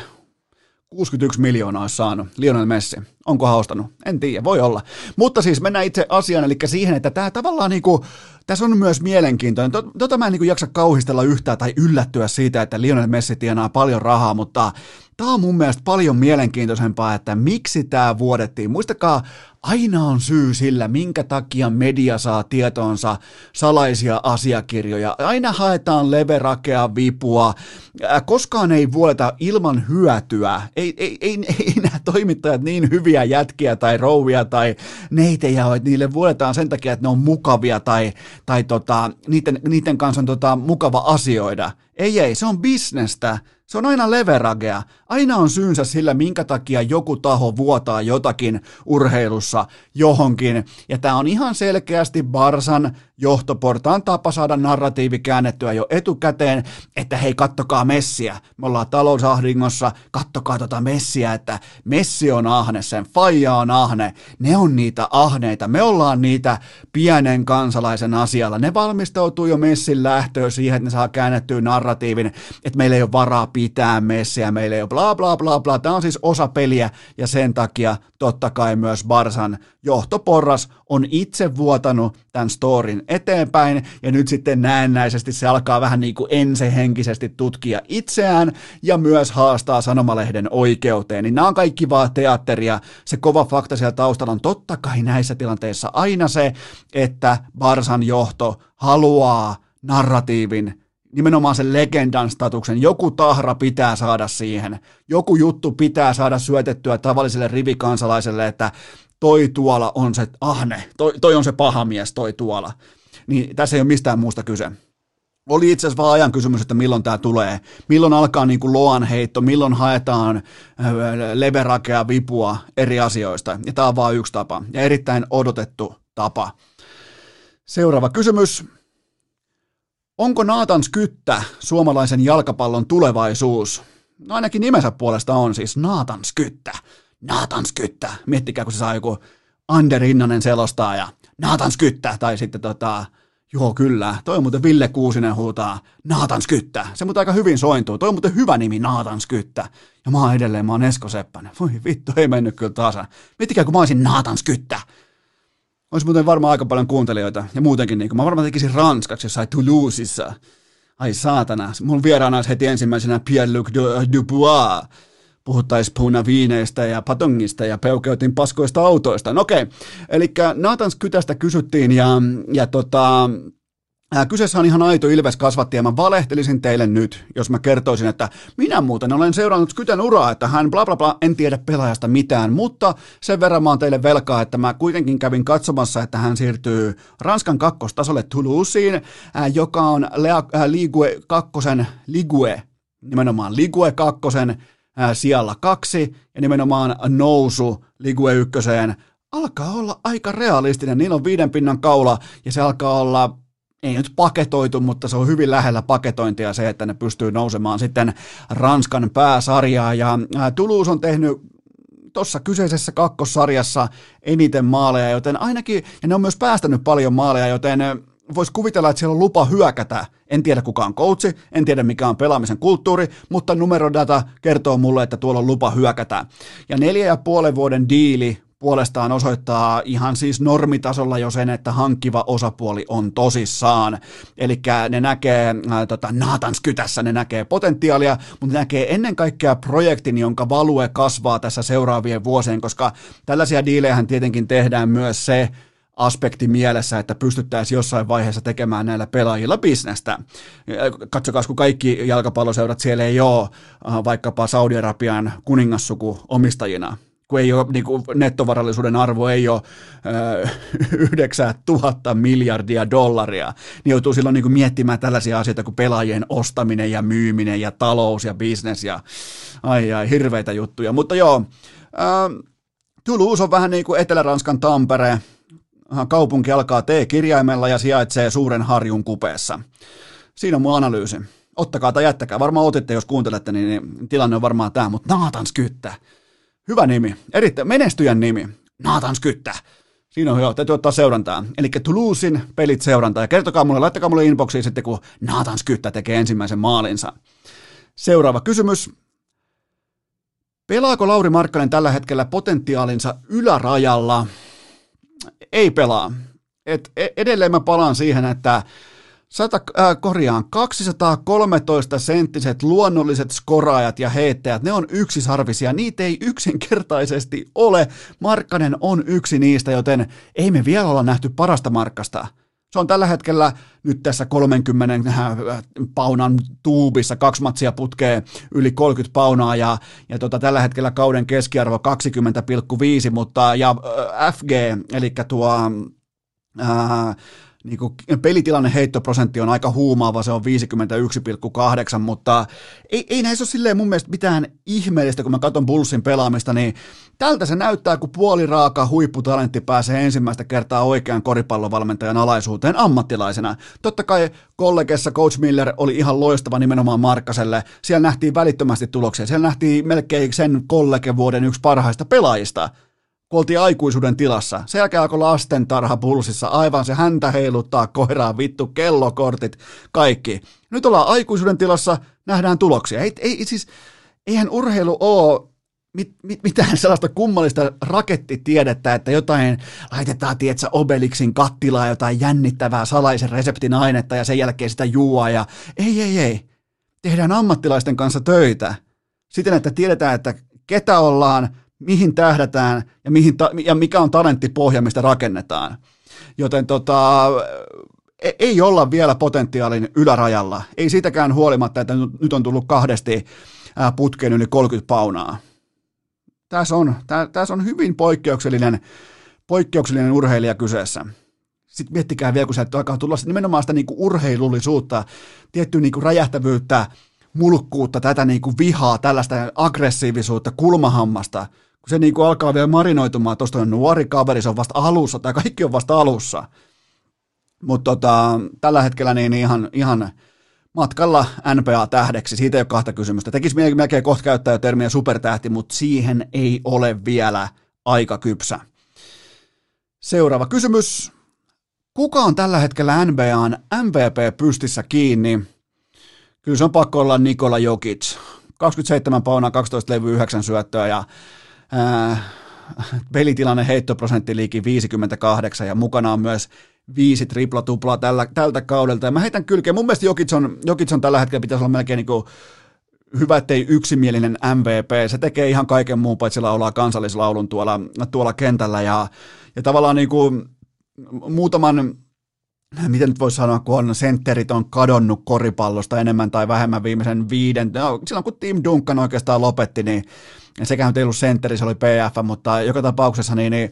61 miljoonaa olisi saanut Lionel Messi. Onko ostanut? En tiedä, voi olla. Mutta siis mennään itse asiaan, eli siihen, että tämä tavallaan niinku, tässä on myös mielenkiintoinen. Mä en niinku jaksa kauhistella yhtään tai yllättyä siitä, että Lionel Messi tienaa paljon rahaa, mutta tämä on mun mielestä paljon mielenkiintoisempaa, että miksi tämä vuodettiin. Muistakaa Aina on syy sillä, minkä takia media saa tietoonsa salaisia asiakirjoja. Aina haetaan leverakea vipua. Koskaan ei vuoleta ilman hyötyä. Ei nämä toimittajat niin hyviä jätkiä tai rouvia tai neitejä, että niille vuoletaan sen takia, että ne on mukavia tai niiden kanssa on mukava asioida. Ei, se on bisnestä. Se on aina leveragea. Aina on syynsä sillä, minkä takia joku taho vuotaa jotakin urheilussa johonkin. Ja tämä on ihan selkeästi Barsan johtoportaan tapa saada narratiivi käännettyä jo etukäteen, että hei, kattokaa Messiä. Me ollaan talousahdingossa, kattokaa Messiä, että Messi on ahne, sen faija on ahne. Ne on niitä ahneita. Me ollaan niitä pienen kansalaisen asialla. Ne valmistautuu jo Messin lähtöön siihen, että ne saa käännettyä narratiivin, että meillä ei ole varaa pitää Messiä, meillä ei ole bla bla bla bla. Tämä on siis osa peliä ja sen takia totta kai myös Barsan johtoporras on itse vuotanut tämän storin eteenpäin ja nyt sitten näennäisesti se alkaa vähän niin kuin ensehenkisesti tutkia itseään ja myös haastaa sanomalehden oikeuteen. Niin nämä on kaikki vaan teatteria. Se kova fakta siellä taustalla on totta kai näissä tilanteissa aina se, että Barsan johto haluaa narratiivin, nimenomaan sen legendan statuksen. Joku tahra pitää saada siihen. Joku juttu pitää saada syötettyä tavalliselle rivikansalaiselle, että toi tuolla on se ahne, toi on se paha mies, toi tuola. Niin tässä ei ole mistään muusta kyse. Oli itse asiassa vaan ajan kysymys, että milloin tämä tulee. Milloin alkaa niin kuin loan heitto, milloin haetaan leverakea vipua eri asioista. Ja tämä on vaan yksi tapa ja erittäin odotettu tapa. Seuraava kysymys. Onko Nathan Skyttä suomalaisen jalkapallon tulevaisuus? No ainakin nimensä puolesta on siis Nathan Skyttä. Nathan Skyttä. Miettikää, kun se saa joku Ander Innanen selostaa ja Nathan Skyttä. Tai sitten joo kyllä, toi on muuten Ville Kuusinen huutaa Nathan Skyttä. Se muuten aika hyvin sointuu. Toi on muuten hyvä nimi Nathan Skyttä. Ja mä oon Esko Seppänen. Voi vittu, ei mennyt kyllä tasan. Miettikää, kun mä olisin Nathan Skyttä. Olisi muuten varmaan aika paljon kuuntelijoita ja muutenkin, niin kuin mä varmaan tekisin ranskaksi jossain Toulousessa. Ai saatana, mun vieraana olisi heti ensimmäisenä Pierre-Luc Dubois. Puhuttaisiin punaviineistä ja patongista ja peukeutin paskoista autoista. No okei, eli Nathan Skytästä kysyttiin kyseessä on ihan aito Ilves-kasvatti ja mä valehtelisin teille nyt, jos mä kertoisin, että minä muuten olen seurannut Skytän uraa, että hän bla bla bla, en tiedä pelaajasta mitään, mutta sen verran mä oon teille velkaa, että mä kuitenkin kävin katsomassa, että hän siirtyy Ranskan kakkostasolle Toulouseen, joka on Ligue 2 sijalla 2 ja nimenomaan nousu Ligue 1 alkaa olla aika realistinen, niillä on 5 pinnan kaula ja se alkaa olla ei nyt paketoitu, mutta se on hyvin lähellä paketointia se, että ne pystyy nousemaan sitten Ranskan pääsarjaa. Ja Toulouse on tehnyt tuossa kyseisessä kakkossarjassa eniten maaleja, joten ainakin, ja ne on myös päästänyt paljon maaleja, joten voisi kuvitella, että siellä on lupa hyökätä. En tiedä kuka on coachi, en tiedä mikä on pelaamisen kulttuuri, mutta numerodata kertoo mulle, että tuolla on lupa hyökätä. Ja 4,5 vuoden diili puolestaan osoittaa ihan siis normitasolla jo sen, että hankkiva osapuoli on tosissaan. Eli ne näkee Nathan Skytässä, ne näkee potentiaalia, mutta ne näkee ennen kaikkea projektin, jonka value kasvaa tässä seuraavien vuosien, koska tällaisia diilejähän tietenkin tehdään myös se aspekti mielessä, että pystyttäisiin jossain vaiheessa tekemään näillä pelaajilla bisnestä. Katsokaa, kun kaikki jalkapalloseurat siellä ei ole vaikkapa Saudi-Arabian kuningassuku omistajina, kun ei ole, niin kuin nettovarallisuuden arvo ei ole 9,000 miljardia dollaria, niin joutuu silloin niin kuin miettimään tällaisia asioita kuin pelaajien ostaminen ja myyminen ja talous ja business ja hirveitä juttuja. Mutta joo, Toulouse on vähän niin kuin Etelä-Ranskan Tampere. Kaupunki alkaa T-kirjaimella ja sijaitsee Suuren harjun kupeessa. Siinä on mun analyysi. Ottakaa tai jättäkää. Varmaan otitte, jos kuuntelette, niin tilanne on varmaan tämä, mutta Nathan Skyttä. Hyvä nimi. Erittäin menestyjän nimi. Nathan Skyttä. Siinä on hyvä. Täytyy ottaa seurantaa. Eli Toulousen pelit seurantaa. Ja kertokaa mulle, laittakaa mulle inboxiin sitten, kun Nathan Skyttä tekee ensimmäisen maalinsa. Seuraava kysymys. Pelaako Lauri Markkanen tällä hetkellä potentiaalinsa ylärajalla? Ei pelaa. Edelleen mä palaan siihen, että 213-senttiset luonnolliset skoraajat ja heittäjät, ne on yksisarvisia, niitä ei yksinkertaisesti ole. Markkanen on yksi niistä, joten ei me vielä olla nähty parasta Markkasta. Se on tällä hetkellä nyt tässä 30 paunan tuubissa, 2 matsia putkee yli 30 paunaa ja tällä hetkellä kauden keskiarvo 20,5, mutta ja FG, eli tuo niin kuin pelitilanne heittoprosentti on aika huumaava, se on 51,8, mutta ei näissä ole silleen mun mielestä mitään ihmeellistä, kun mä katson Bullsin pelaamista, niin tältä se näyttää, kun puoliraaka huipputalentti pääsee ensimmäistä kertaa oikean koripallovalmentajan alaisuuteen ammattilaisena. Totta kai kollegessa Coach Miller oli ihan loistava nimenomaan Markkaselle, siellä nähtiin välittömästi tuloksia, siellä nähtiin melkein sen kollegevuoden yksi parhaista pelaajista, kun oltiin aikuisuuden tilassa. Sen jälkeen alkoi lastentarha Bullsissa, aivan se häntä heiluttaa koiraa, vittu, kellokortit, kaikki. Nyt ollaan aikuisuuden tilassa, nähdään tuloksia. Eihän urheilu ole mitään sellaista kummallista rakettitiedettä, että jotain laitetaan, tietsä, Obelixin kattilaa, jotain jännittävää salaisen reseptin ainetta ja sen jälkeen sitä juua ja ei. Tehdään ammattilaisten kanssa töitä siten, että tiedetään, että ketä ollaan, mihin tähdätään ja mikä on talenttipohja, mistä rakennetaan. Joten ei olla vielä potentiaalin ylärajalla. Ei siitäkään huolimatta, että nyt on tullut 2 putkeen yli 30 paunaa. Tässä on hyvin poikkeuksellinen urheilija kyseessä. Sitten miettikää vielä, kun se alkaa tulla nimenomaan sitä niinku urheilullisuutta, tiettyä niinku räjähtävyyttä, mulkkuutta, tätä niinku vihaa, tällaista aggressiivisuutta, kulmahammasta, kun se niinku alkaa vielä marinoitumaan, tuosta on nuori kaveri, se on vasta alussa, tai kaikki on vasta alussa. Mutta tällä hetkellä niin ihan matkalla NBA-tähdeksi, siitä ei ole 2 kysymystä. Tekisi melkein kohta käyttää jo termiä supertähti, mutta siihen ei ole vielä aika kypsä. Seuraava kysymys. Kuka on tällä hetkellä NBA:n MVP pystissä kiinni? Kyllä se on pakko olla Nikola Jokic. 27 paunaa, 12 levyä, 9 syöttöä ja pelitilanne heittoprosentti liiki 58 ja mukana on myös 5 tripla-tuplaa tältä kaudelta. Ja mä heitän kylkeen. Mun mielestä Jokic on tällä hetkellä pitäisi olla melkein niin kuin hyvä, ettei yksimielinen MVP. Se tekee ihan kaiken muun, paitsi laulaa kansallislaulun tuolla kentällä ja tavallaan niin kuin muutaman, miten nyt voisi sanoa, kun on sentterit on kadonnut koripallosta enemmän tai vähemmän viimeisen 5, silloin kun Tim Duncan oikeastaan lopetti, niin sekään ei ollut sentteri, se oli PF, mutta joka tapauksessa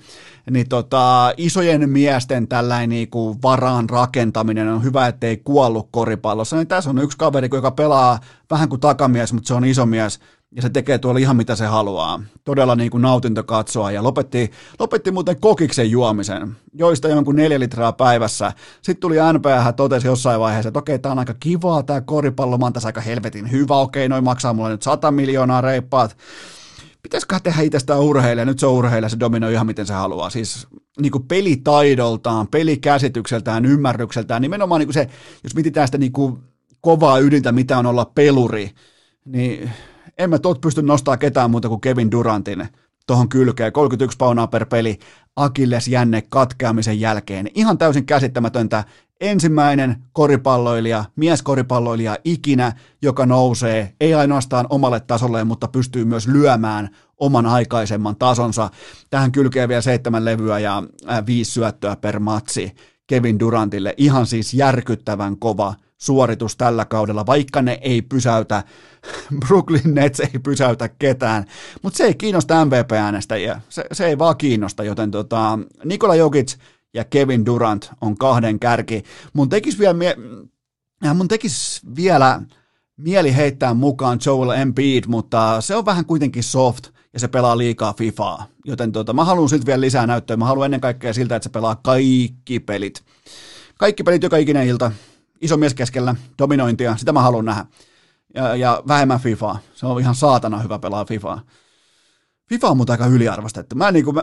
isojen miesten tällainen niin kuin varaan rakentaminen on hyvä, ettei kuollut koripallossa. Niin tässä on yksi kaveri, joka pelaa vähän kuin takamies, mutta se on iso mies ja se tekee tuolla ihan mitä se haluaa. Todella niin kuin nautinto katsoa ja lopetti muuten kokiksen juomisen, joista jonkun 4 litraa päivässä. Sitten tuli NPH, totesi jossain vaiheessa, että okei, tämä on aika kivaa tämä koripallo, mä oon tässä aika helvetin hyvä, okei, noin maksaa mulle nyt 100 miljoonaa reippaat. Pitäisikö tehdä itsestään urheilija? Nyt se on urheilija, se dominoi ihan miten se haluaa. Siis niin kuin pelitaidoltaan, pelikäsitykseltään, ymmärrykseltään, nimenomaan niin kuin se, jos mietitään sitä niin kuin kovaa ydintä, mitä on olla peluri, niin en mä pysty nostamaan ketään muuta kuin Kevin Durantin tuohon kylkeen. 31 paunaa per peli, Akilles-jänne katkeamisen jälkeen. Ihan täysin käsittämätöntä. Ensimmäinen koripalloilija, mieskoripalloilija ikinä, joka nousee ei ainoastaan omalle tasolleen, mutta pystyy myös lyömään oman aikaisemman tasonsa. Tähän kylkee vielä 7 levyä ja 5 syöttöä per matsi Kevin Durantille. Ihan siis järkyttävän kova suoritus tällä kaudella, vaikka ne ei pysäytä, Brooklyn Nets ei pysäytä ketään, mutta se ei kiinnosta MVP-äänestäjiä, se ei vaan kiinnosta, joten Nikola Jokic ja Kevin Durant on 2 kärki. Mun tekisi vielä mieli heittää mukaan Joel Embiid, mutta se on vähän kuitenkin soft ja se pelaa liikaa FIFAa, joten mä haluan siltä vielä lisää näyttöä, mä haluan ennen kaikkea siltä, että se pelaa kaikki pelit joka ikinen ilta, iso mies keskellä, dominointia, sitä mä haluan nähdä. Ja vähemmän FIFAa. Se on ihan saatana hyvä pelaa FIFAa. FIFA on muuten aika yliarvostettu.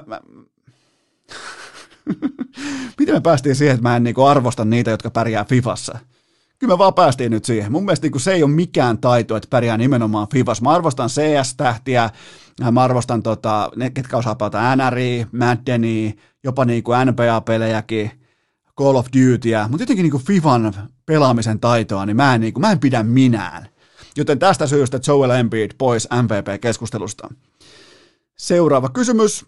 Miten me päästiin siihen, että mä en arvosta niitä, jotka pärjää FIFassa? Kyllä me vaan päästiin nyt siihen. Mun mielestä se ei ole mikään taito, että pärjää nimenomaan FIFassa. Mä arvostan CS-tähtiä, mä arvostan ne, ketkä osaa pelata NRI, Maddenia, jopa NBA-pelejäkin. Call of Dutyä, mutta jotenkin niinku FIFAn pelaamisen taitoa, niin mä en pidä minään. Joten tästä syystä Joel Embiid pois MVP-keskustelusta. Seuraava kysymys.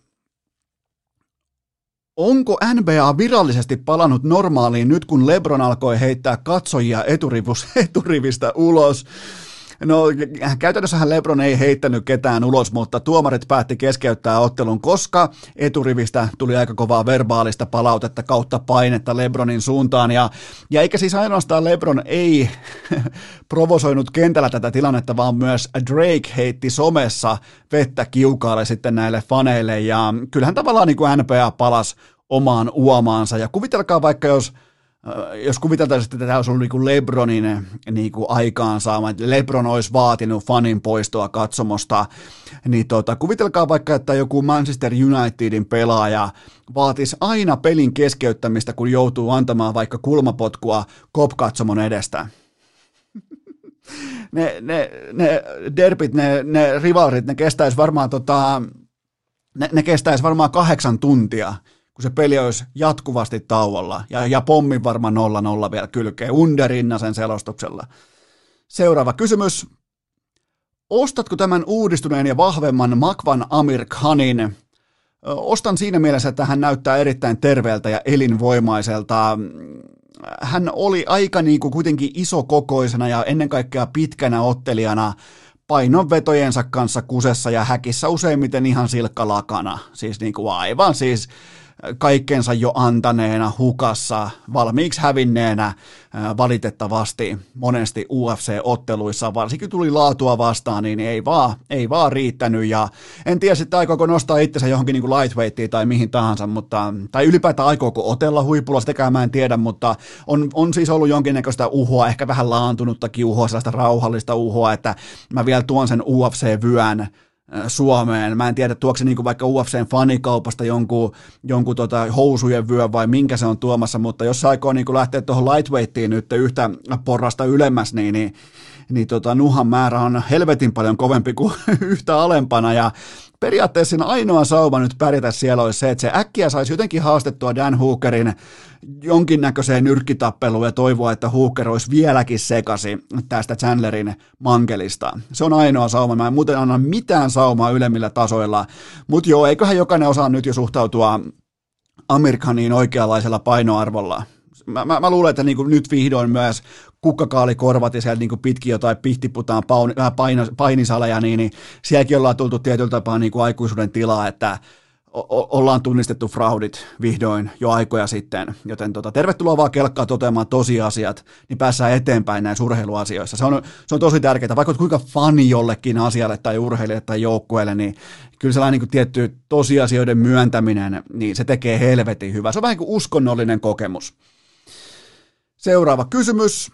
Onko NBA virallisesti palannut normaaliin nyt, kun LeBron alkoi heittää katsojia eturivistä ulos? No käytännössähän LeBron ei heittänyt ketään ulos, mutta tuomarit päätti keskeyttää ottelun, koska eturivistä tuli aika kovaa verbaalista palautetta kautta painetta LeBronin suuntaan. Ja eikä siis ainoastaan LeBron ei provosoinut kentällä tätä tilannetta, vaan myös Drake heitti somessa vettä kiukaalle sitten näille faneille. Ja kyllähän tavallaan niin kuin NBA palasi omaan uomaansa. Ja kuvitelkaa vaikka, jos kuviteltaisiin, että tämä olisi ollut niin LeBronin niin aikaansaama, että LeBron olisi vaatinut fanin poistoa katsomosta, niin kuvitelkaa vaikka, että joku Manchester Unitedin pelaaja vaatisi aina pelin keskeyttämistä, kun joutuu antamaan vaikka kulmapotkua Kop-katsomon edestä. Ne derbit, ne rivalrit, ne kestäisi varmaan, ne kestäisi varmaan 8 tuntia, kun se peli olisi jatkuvasti tauolla, ja pommin varmaan 0-0 vielä kylkeen, Underinna sen selostuksella. Seuraava kysymys. Ostatko tämän uudistuneen ja vahvemman Makwan Amir Khanin? Ostan siinä mielessä, että hän näyttää erittäin terveeltä ja elinvoimaiselta. Hän oli aika niin kuin kuitenkin isokokoisena ja ennen kaikkea pitkänä ottelijana painonvetojensa kanssa kusessa ja häkissä useimmiten ihan silkkalakana. Siis niin kuin aivan siis kaikkensa jo antaneena hukassa, valmiiksi hävinneenä valitettavasti monesti UFC-otteluissa, varsinkin tuli laatua vastaan, niin ei vaan riittänyt, ja en tiedä sitten aikooko nostaa itsensä johonkin niin kuin lightweightiin tai mihin tahansa, tai ylipäätään aikooko otella huipulla, sitäkään mä en tiedä, mutta on siis ollut jonkinnäköistä uhoa, ehkä vähän laantunuttakin uhoa, sellaista rauhallista uhoa, että mä vielä tuon sen UFC-vyön Suomeen. Mä en tiedä, tuokse niin kuin vaikka UFCn fanikaupasta jonkun housujen vyö vai minkä se on tuomassa, mutta jos se aikoo niin kuin lähteä tuohon lightweighttiin nyt yhtä porrasta ylemmäs, niin nuhan määrä on helvetin paljon kovempi kuin yhtä alempana, ja periaatteessa siinä ainoa sauma nyt pärjätä siellä olisi se, että se äkkiä saisi jotenkin haastettua Dan Hookerin jonkinnäköiseen nyrkkitappeluun ja toivoa, että Hooker olisi vieläkin sekasi tästä Chandlerin mankelista. Se on ainoa sauma. Mä en muuten anna mitään saumaa ylemmillä tasoilla, mutta joo, eiköhän jokainen osaa nyt jo suhtautua Amir Khaniin oikeanlaisella painoarvolla. Mä luulen, että niin kuin nyt vihdoin myös kukkakaalikorvat ja siellä niin kuin pitkin jotain pihtiputaan painisaleja, niin sielläkin ollaan tultu tietyllä tapaa niin kuin aikuisuuden tilaa, että ollaan tunnistettu fraudit vihdoin jo aikoja sitten, joten tervetuloa vaan kelkkaa toteamaan tosiasiat, niin päässään eteenpäin näissä urheiluasioissa. Se on tosi tärkeää, vaikka kuinka fani jollekin asialle tai urheilijalle tai joukkueelle, niin kyllä sellainen niin kuin tietty tosiasioiden myöntäminen, niin se tekee helvetin hyvää. Se on vähän kuin uskonnollinen kokemus. Seuraava kysymys.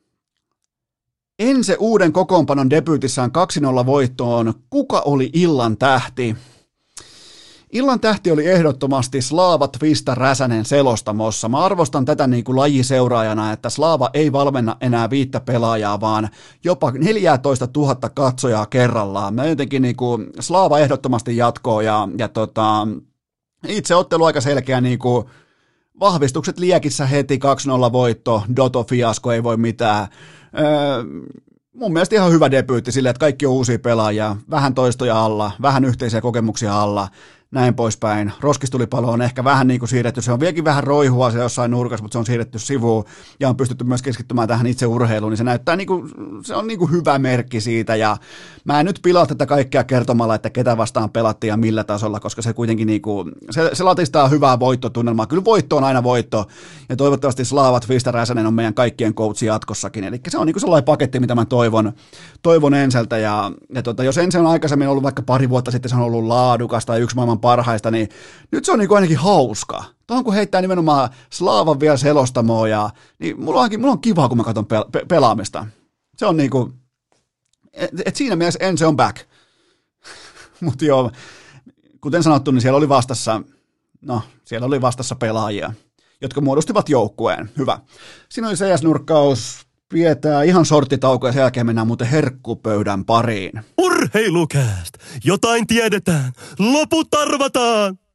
Ense uuden kokoonpanon debyytissään 2-0 voittoon. Kuka oli illan tähti? Illan tähti oli ehdottomasti Slava Twista Räsänen selostamossa. Mä arvostan tätä niin kuin lajiseuraajana, että Slava ei valmenna enää 5 pelaajaa, vaan jopa 14 000 katsojaa kerrallaan. Mä jotenkin niin kuin Slava ehdottomasti jatkoo ja itse ottelu aika selkeä niin kuin vahvistukset liekissä heti 2-0 voitto, Dotto-fiasko, ei voi mitään. Mun mielestä ihan hyvä debyytti silleen, että kaikki on uusia pelaajia, vähän toistoja alla, vähän yhteisiä kokemuksia alla, näin poispäin. Roskistulipalo on ehkä vähän niin kuin siirretty, se on vieläkin vähän roihua se jossain nurkassa, mutta se on siirretty sivuun ja on pystytty myös keskittymään tähän itse urheiluun, niin se näyttää niin kuin, se on niin kuin hyvä merkki siitä, ja mä en nyt pilaa tätä kaikkea kertomalla, että ketä vastaan pelattiin ja millä tasolla, koska se kuitenkin niin kuin, se latistaa hyvää voittotunnelmaa. Kyllä voitto on aina voitto, ja toivottavasti Slava Twista Räsänen on meidän kaikkien coachi jatkossakin, eli se on niin kuin sellainen paketti, mitä mä toivon Enseltä, ja jos Ense on aikaisemmin ollut vaikka pari vuotta sitten, se on ollut laadukas tai yksi maailman parhaista, niin nyt se on niin kuin ainakin hauska. Tuohon kun heittää nimenomaan Slaavan vielä selostamoon, niin mulla on kiva, kun mä katson pelaamista. Se on niin kuin, että siinä mielessä Ense on back. Mutta joo, kuten sanottu, niin siellä oli vastassa pelaajia, jotka muodostivat joukkueen. Hyvä. Siinä oli CS-nurkkaus. Pidetään ihan sorttitauko ja sen jälkeen mennään muuten herkkupöydän pariin. Urheilukääst! Jotain tiedetään, loput arvataan!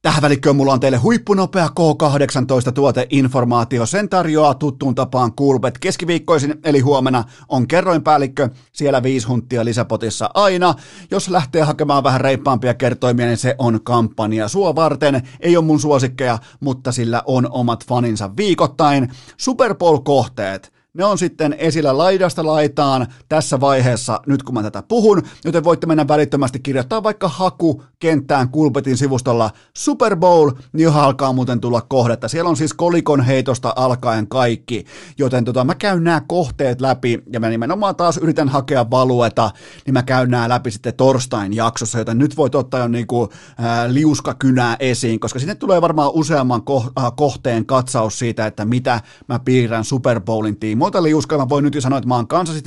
Tähän välikköön mulla on teille huippunopea K18-tuoteinformaatio. Sen tarjoaa tuttuun tapaan Coolbet keskiviikkoisin, eli huomenna on kerroinpäällikkö. Siellä 5 hunttia lisäpotissa aina. Jos lähtee hakemaan vähän reippaampia kertoimia, niin se on kampanja sua varten. Ei ole mun suosikkeja, mutta sillä on omat faninsa viikoittain. Super Bowl-kohteet. Ne on sitten esillä laidasta laitaan tässä vaiheessa, nyt kun mä tätä puhun, joten voitte mennä välittömästi kirjoittaa vaikka haku kenttään Coolbetin sivustolla Super Bowl, niin johon alkaa muuten tulla kohdetta. Siellä on siis kolikon heitosta alkaen kaikki, joten mä käyn nämä kohteet läpi, ja mä nimenomaan taas yritän hakea valueta, niin mä käyn nämä läpi sitten torstain jaksossa, joten nyt voit ottaa jo niinku liuskakynää esiin, koska sinne tulee varmaan useamman kohteen katsaus siitä, että mitä mä piirrän Super Bowlin tiimoilta. Liuskalla voin nyt jo sanoa, että mä oon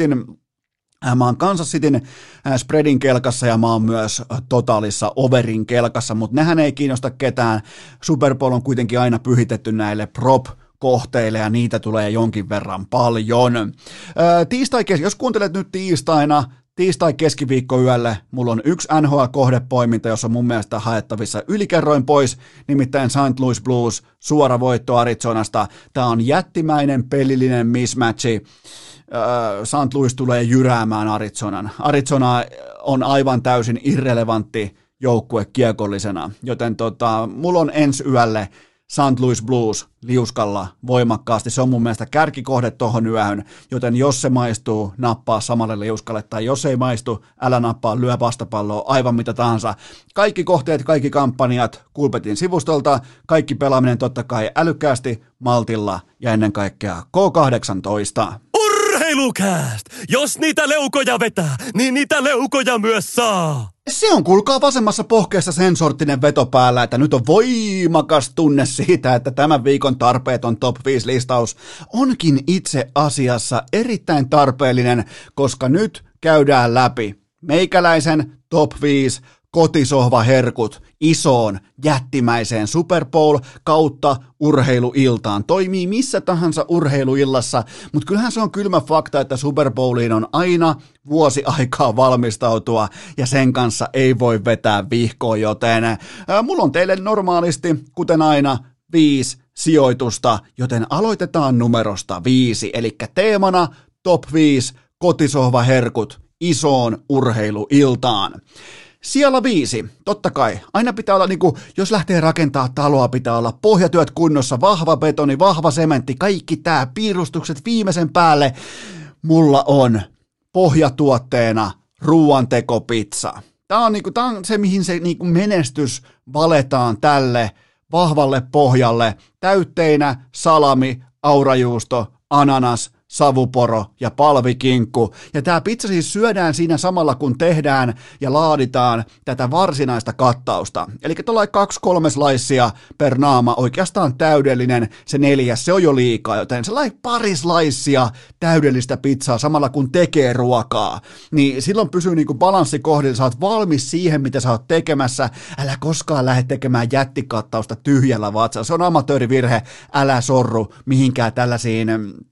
Kansas Cityn spreadin kelkassa ja mä oon myös totaalissa overin kelkassa, mutta nehän ei kiinnosta ketään. Super Bowl on kuitenkin aina pyhitetty näille prop-kohteille ja niitä tulee jonkin verran paljon. Jos kuuntelet nyt tiistai-keskiviikkoyölle, mulla on yksi NHL-kohdepoiminta, jossa on mun mielestä haettavissa ylikerroin pois, nimittäin St. Louis Blues, suora voitto Arizonasta. Tää on jättimäinen pelillinen mismatchi. St. Louis tulee jyräämään Arizonan. Arizona on aivan täysin irrelevantti joukkue kiekollisena, joten mulla on ensi yölle St. Louis Blues liuskalla voimakkaasti. Se on mun mielestä kärkikohde tohon yöhön, joten jos se maistuu, nappaa samalle liuskalle, tai jos ei maistu, älä nappaa, lyö vastapalloa, aivan mitä tahansa. Kaikki kohteet, kaikki kampanjat Coolbetin sivustolta, kaikki pelaaminen totta kai älykkäästi, maltilla ja ennen kaikkea K18. Urheilukääst! Jos niitä leukoja vetää, niin niitä leukoja myös saa! Se on kuulkaa vasemmassa pohkeessa sen sorttinen veto päällä, että nyt on voimakas tunne siitä, että tämän viikon tarpeeton top 5 listaus onkin itse asiassa erittäin tarpeellinen, koska nyt käydään läpi meikäläisen top 5 kotisohvaherkut isoon jättimäiseen Super Bowl kautta urheiluiltaan. Toimii missä tahansa urheiluillassa, mutta kyllähän se on kylmä fakta, että Super Bowliin on aina vuosi aikaa valmistautua ja sen kanssa ei voi vetää vihkoa, joten mulla on teille normaalisti, kuten aina, 5 sijoitusta, joten aloitetaan numerosta 5, eli teemana top 5 kotisohvaherkut isoon urheiluiltaan. Siellä 5, totta kai, aina pitää olla, jos lähtee rakentaa taloa, pitää olla pohjatyöt kunnossa, vahva betoni, vahva sementti, kaikki tää, piirustukset viimeisen päälle. Mulla on pohjatuotteena ruoantekopizza. Tää on se, mihin se menestys valetaan tälle vahvalle pohjalle. Täytteinä salami, aurajuusto, ananas, savuporo ja palvikinkku. Ja tämä pizza siis syödään siinä samalla, kun tehdään ja laaditaan tätä varsinaista kattausta. Eli tuollainen 2-3 slicea per naama, oikeastaan täydellinen, se 4, se on jo liikaa, joten sellainen pari slicea täydellistä pizzaa samalla, kun tekee ruokaa. Niin silloin pysyy balanssi kohdilla, sä oot valmis siihen, mitä sä oot tekemässä. Älä koskaan lähde tekemään jättikattausta tyhjällä vatsalla. Se on amatöörivirhe, älä sorru mihinkään tällaisiin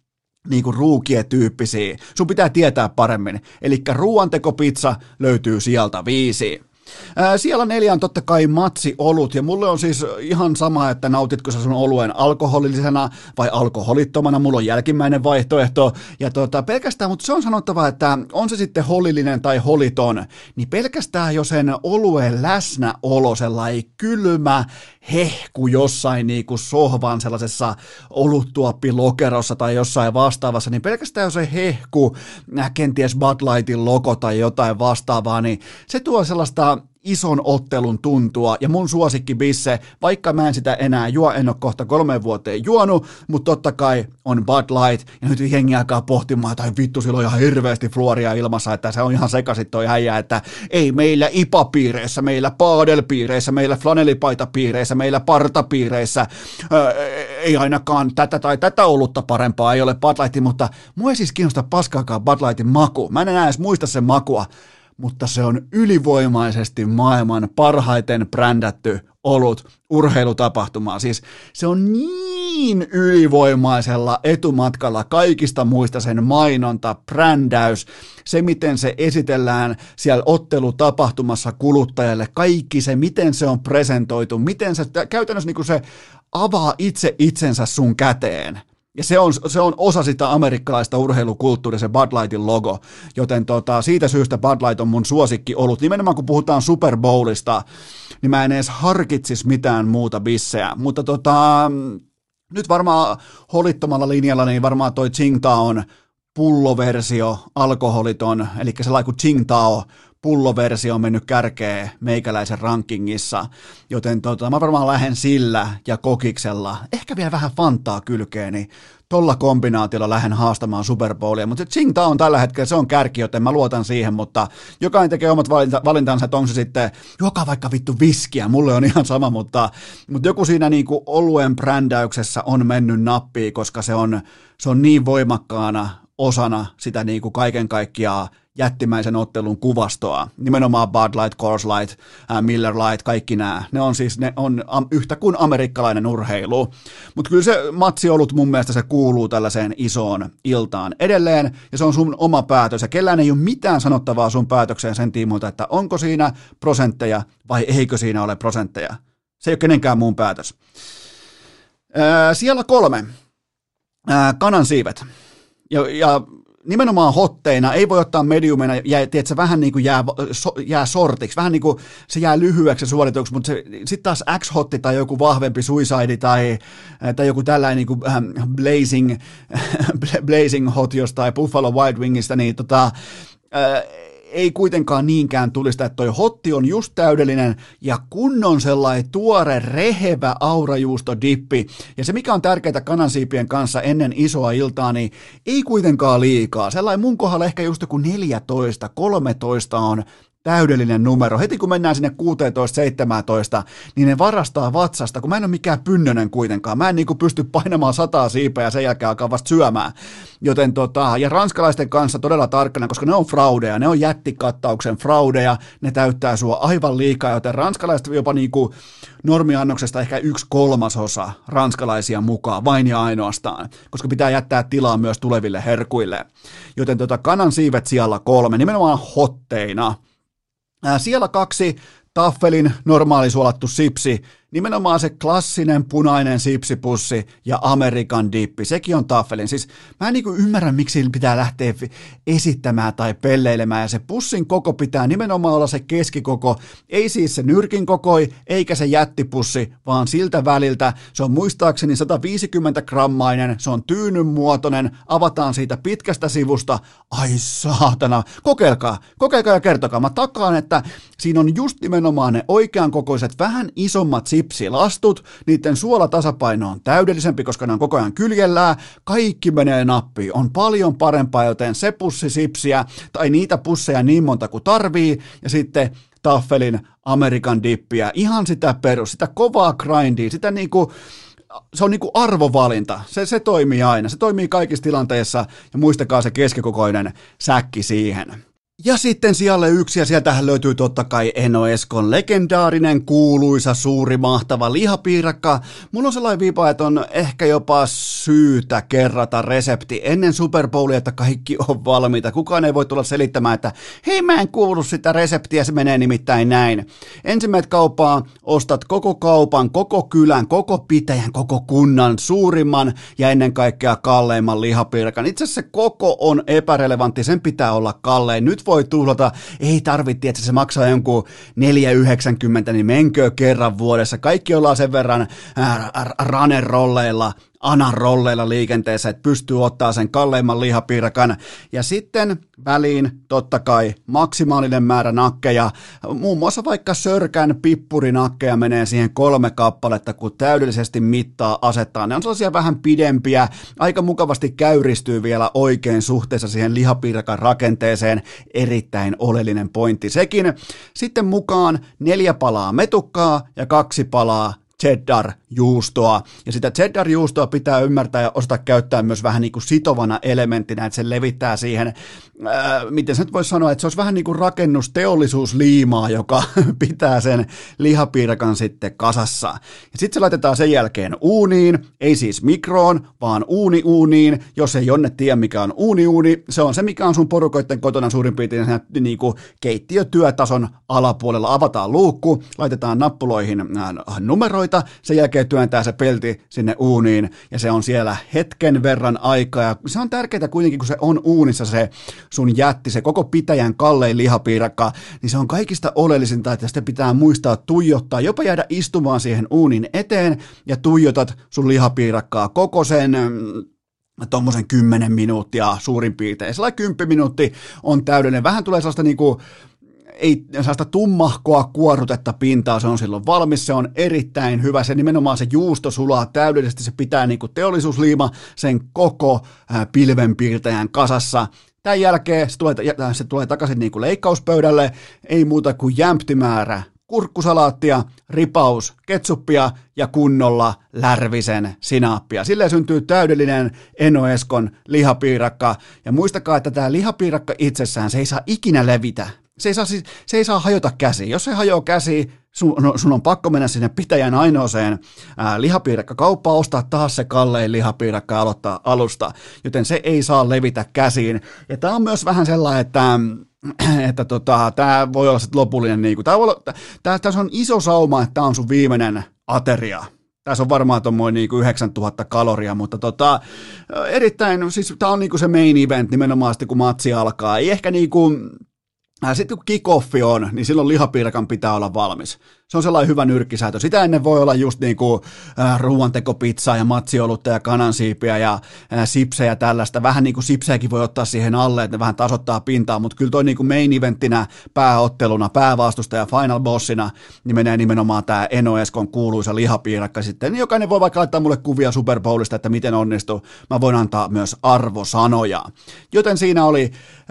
ruukie-tyyppisiä. Sun pitää tietää paremmin. Eli ruoantekopizza löytyy sieltä 5. Siellä 4 on totta kai matsiolut, ja mulle on siis ihan sama, että nautitko sä sun oluen alkoholillisena vai alkoholittomana, mulla on jälkimmäinen vaihtoehto, ja pelkästään, mutta se on sanottava, että on se sitten holillinen tai holiton, niin pelkästään jo sen oluen läsnäolo, sellainen kylmä hehku jossain sohvan sellaisessa oluttuoppilokerossa tai jossain vastaavassa, niin pelkästään jo se hehku, kenties Bud Lightin logo tai jotain vastaavaa, niin se tuo sellaista ison ottelun tuntua, ja mun suosikki bisse, vaikka mä en sitä enää juo, en ole kohta 3 vuoteen juonut, mutta totta kai on Bud Light, ja nyt jengi alkaa pohtimaan, tai vittu, sillä on ihan hirveästi fluoria ilmassa, että se on ihan sekaisin toi äijä, että ei meillä IPA-piireissä, meillä paadelpiireissä, meillä flanelipaitapiireissä, meillä partapiireissä, ei ainakaan tätä tai tätä olutta parempaa, ei ole Bud Light, mutta mua ei siis kiinnosta paskaakaan Bud Lightin maku, mä en enää edes muista sen makua, mutta se on ylivoimaisesti maailman parhaiten brändätty olut urheilutapahtumaa. Siis se on niin ylivoimaisella etumatkalla kaikista muista sen mainonta, brändäys, se miten se esitellään siellä ottelutapahtumassa kuluttajalle, kaikki se, miten se on presentoitu, miten se käytännössä niin kuin se avaa itse itsensä sun käteen. Ja se on osa sitä amerikkalaista urheilukulttuuria, se Bud Lightin logo, joten siitä syystä Bud Light on mun suosikki ollut. Nimenomaan kun puhutaan Super Bowlista, niin mä en edes harkitsisi mitään muuta bissejä, mutta nyt varmaan holittomalla linjalla, niin varmaan toi Tsingtaon pulloversio, alkoholiton, eli sellainen kuin Tsingtao, pulloversio on mennyt kärkeen meikäläisen rankingissa, joten mä varmaan lähden sillä ja kokiksella, ehkä vielä vähän Fantaa kylkeen, niin tolla kombinaatiolla lähden haastamaan Super Bowlia, mutta se Tsingtao on tällä hetkellä, se on kärki, joten mä luotan siihen, mutta jokainen tekee omat valintansa, että onko se sitten, joka vaikka vittu viskiä, mulle on ihan sama, mutta joku siinä niinku oluen brändäyksessä on mennyt nappiin, koska se on niin voimakkaana osana sitä niinku kaiken kaikkiaan jättimäisen ottelun kuvastoa, nimenomaan Bud Light, Coors Light, Miller Light, kaikki nämä, ne on yhtä kuin amerikkalainen urheilu, mutta kyllä se matsiolut mun mielestä se kuuluu tällaiseen isoon iltaan edelleen, ja se on sun oma päätös, ja kellään ei ole mitään sanottavaa sun päätökseen sen tiimoilta, että onko siinä prosentteja vai eikö siinä ole prosentteja, se ei ole kenenkään muun päätös. Siellä 3, kanansiivet, ja nimenomaan hotteina, ei voi ottaa mediumina, tiedätkö, vähän niin kuin jää sortiksi, vähän niin kuin se jää lyhyeksi suorituksi, mutta sitten taas X-hotti tai joku vahvempi suicide tai joku tällainen niin kuin blazing hot jostain Buffalo Wild Wingista, niin ei kuitenkaan niinkään tulista, että toi hotti on just täydellinen ja kunnon sellainen tuore, rehevä aurajuustodippi. Ja se, mikä on tärkeää kanansiipien kanssa ennen isoa iltaa, niin ei kuitenkaan liikaa. Sellainen mun kohdalla ehkä just joku 14, 13 on täydellinen numero. Heti kun mennään sinne 16-17, niin ne varastaa vatsasta, kun mä en ole mikään pynnönen kuitenkaan. Mä en niin kuin pysty painamaan 100 siipeä ja sen jälkeen alkaa vasta syömään. Joten ja ranskalaisten kanssa todella tarkkana, koska ne on fraudeja, ne on jättikattauksen fraudeja, ne täyttää sua aivan liikaa, joten ranskalaiset jopa niin kuin normiannoksesta ehkä 1/3 ranskalaisia mukaan, vain ja ainoastaan, koska pitää jättää tilaa myös tuleville herkuille. Joten kanansiivet siellä 3, nimenomaan hotteina. Siellä 2, Taffelin normaali suolattu sipsi, nimenomaan se klassinen punainen sipsipussi ja Amerikan dippi, sekin on Taffelin. Siis mä en ymmärrä, miksi pitää lähteä esittämään tai pelleilemään, ja se pussin koko pitää nimenomaan olla se keskikoko, ei siis se nyrkin kokoi, eikä se jättipussi, vaan siltä väliltä. Se on muistaakseni 150 grammainen, se on tyynyn muotoinen, avataan siitä pitkästä sivusta, ai saatana, kokeilkaa ja kertokaa. Mä takaan, että siinä on just nimenomaan ne oikean kokoiset, vähän isommat sipsilastut, niiden suolatasapaino on täydellisempi, koska ne on koko ajan kyljellään, kaikki menee nappiin, on paljon parempaa, joten se pussi sipsiä, tai niitä pusseja niin monta kuin tarvii, ja sitten Taffelin Amerikan dippiä, ihan sitä sitä kovaa grindia, sitä niinku, se on niinku arvovalinta, se toimii aina, se toimii kaikissa tilanteissa, ja muistakaa se keskikokoinen säkki siihen. Ja sitten sijalle 1, ja sieltähän löytyy totta kai Eno Eskon legendaarinen, kuuluisa, suuri, mahtava lihapiirakka. Mulla on sellainen viipa, että on ehkä jopa syytä kerrata resepti ennen Super Bowlia, että kaikki on valmiita. Kukaan ei voi tulla selittämään, että hei, mä en kuulu sitä reseptiä, se menee nimittäin näin. Ensin menet kauppaan, ostat koko kaupan, koko kylän, koko pitäjän, koko kunnan, suurimman ja ennen kaikkea kalleimman lihapiirakan. Itse asiassa se koko on epärelevantti, sen pitää olla kallein. Nyt voi tuhlata, ei tarvitse, että se maksaa jonkun 4,90, niin menkö kerran vuodessa. Kaikki ollaan sen verran runner-rolleilla, anarolleilla liikenteessä, että pystyy ottaa sen kalleimman lihapiirakan. Ja sitten väliin totta kai maksimaalinen määrä nakkeja, muun muassa vaikka Sörkän pippurinakkeja menee siihen 3 kappaletta, kun täydellisesti mittaa asettaa. Ne on sellaisia vähän pidempiä, aika mukavasti käyristyy vielä oikein suhteessa siihen lihapiirakan rakenteeseen, erittäin oleellinen pointti sekin. Sitten mukaan 4 palaa metukkaa ja 2 palaa cheddar juustoa. Ja sitä cheddar-juustoa pitää ymmärtää ja osata käyttää myös vähän niin kuin sitovana elementtinä, että se levittää siihen, miten se nyt voisi sanoa, että se olisi vähän niin kuin rakennusteollisuusliimaa, joka pitää sen lihapiirakan sitten kasassa. Ja sitten se laitetaan sen jälkeen uuniin, ei siis mikroon, vaan uuniin. Jos ei Jonne tiedä, mikä on uuni, se on se, mikä on sun porukoiden kotona suurin piirtein niin kuin keittiötyötason alapuolella. Avataan luukku, laitetaan nappuloihin numeroita, sen jälkeen työntää se pelti sinne uuniin ja se on siellä hetken verran aikaa. Ja se on tärkeää kuitenkin, kun se on uunissa se sun jätti, se koko pitäjän kallein lihapiirakka, niin se on kaikista oleellisinta, että sitä pitää muistaa tuijottaa, jopa jäädä istumaan siihen uunin eteen ja tuijotat sun lihapiirakkaa koko sen tommosen 10 minuuttia suurin piirtein. Sellainen 10 minuuttia on täydellinen. Vähän tulee sellaista niinku ei sellaista tummahkoa kuorrutetta pintaa, se on silloin valmis, se on erittäin hyvä, se nimenomaan se juusto sulaa täydellisesti, se pitää niin kuin teollisuusliima sen koko pilvenpiirtäjän kasassa. Tämän jälkeen se tulee takaisin niin kuin leikkauspöydälle, ei muuta kuin jämpti määrä kurkkusalaattia, ripaus, ketsuppia ja kunnolla lärvisen sinaappia. Silleen syntyy täydellinen Eno Eskon lihapiirakka. Ja muistakaa, että tämä lihapiirakka itsessään, se ei saa ikinä levitä. Se ei saa hajota käsiin. Jos se hajoaa käsiin, sun on pakko mennä sinne pitäjän ainoaseen lihapiirakkakauppaan, ostaa taas se kallein lihapiirakka ja aloittaa alusta. Joten se ei saa levitä käsiin. Ja tämä on myös vähän sellainen, että tämä voi olla sitten lopullinen. Niin tässä on iso sauma, että tämä on sun viimeinen ateria. Tässä on varmaan tuommoinen niin 9000 kaloria, mutta erittäin, siis tämä on niin se main event nimenomaan sitten, kun matsi alkaa. Ei ehkä niin kuin sitten kun kick-offi on, niin silloin lihapiirakan pitää olla valmis. Se on sellainen hyvä nyrkkisäätö. Sitä ennen voi olla just niin kuin ruoantekopizzaa ja matsiolutta ja kanansiipiä ja sipsejä tällaista. Vähän niin kuin sipsejäkin voi ottaa siihen alle, että ne vähän tasoittaa pintaa, mutta kyllä toi niin kuin main eventtinä, pääotteluna, päävastustaja, final bossina, niin menee nimenomaan tämä Eno Eskon kuuluisa lihapiirakka sitten. Niin jokainen voi vaikka laittaa mulle kuvia Super Bowlista, että miten onnistuu. Mä voin antaa myös arvosanoja. Joten siinä oli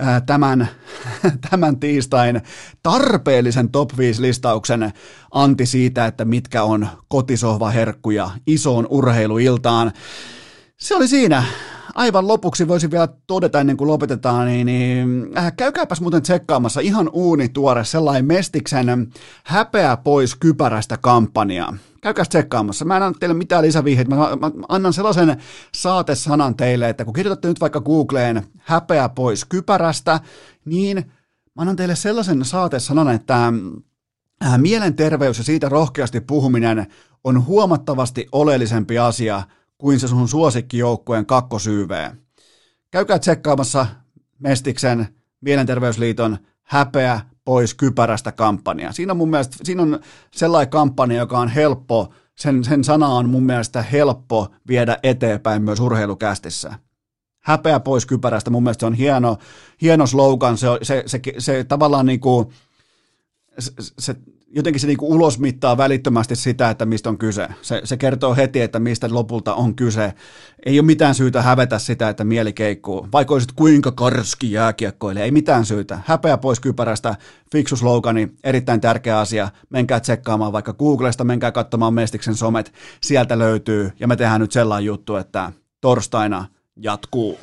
tämän tiistain tarpeellisen top 5 listauksen anti siitä, että mitkä on kotisohvaherkkuja isoon urheiluiltaan. Se oli siinä. Aivan lopuksi voisin vielä todeta ennen kuin lopetetaan, käykääpäs muuten tsekkaamassa ihan uunituore sellainen Mestiksen häpeä pois kypärästä -kampanja. Käykääs tsekkaamassa. Mä en anna teille mitään lisävihjeitä. Mä annan sellaisen saatesanan teille, että kun kirjoitatte nyt vaikka Googleen häpeä pois kypärästä, niin mä annan teille sellaisen saatesanan, että mielenterveys ja siitä rohkeasti puhuminen on huomattavasti oleellisempi asia kuin se sun suosikkijoukkueen kakkosyyvee. Käykää tsekkaamassa Mestiksen Mielenterveysliiton häpeä pois kypärästä -kampanja. Siinä on mun mielestä sellainen kampanja, joka on helppo, sen sana on mun mielestä helppo viedä eteenpäin myös urheilukästissä. Häpeä pois kypärästä, mun mielestä se on hieno slogan, se tavallaan niinku jotenkin se niinku ulosmittaa välittömästi sitä, että mistä on kyse. Se kertoo heti, että mistä lopulta on kyse. Ei ole mitään syytä hävetä sitä, että mieli keikkuu. Vaikka olisit kuinka karski jääkiekkoilija, ei mitään syytä. Häpeä pois kypärästä, fiksu slogani, erittäin tärkeä asia. Menkää tsekkaamaan vaikka Googlesta, menkää katsomaan Mestiksen somet. Sieltä löytyy, ja me tehdään nyt sellainen juttu, että torstaina jatkuu.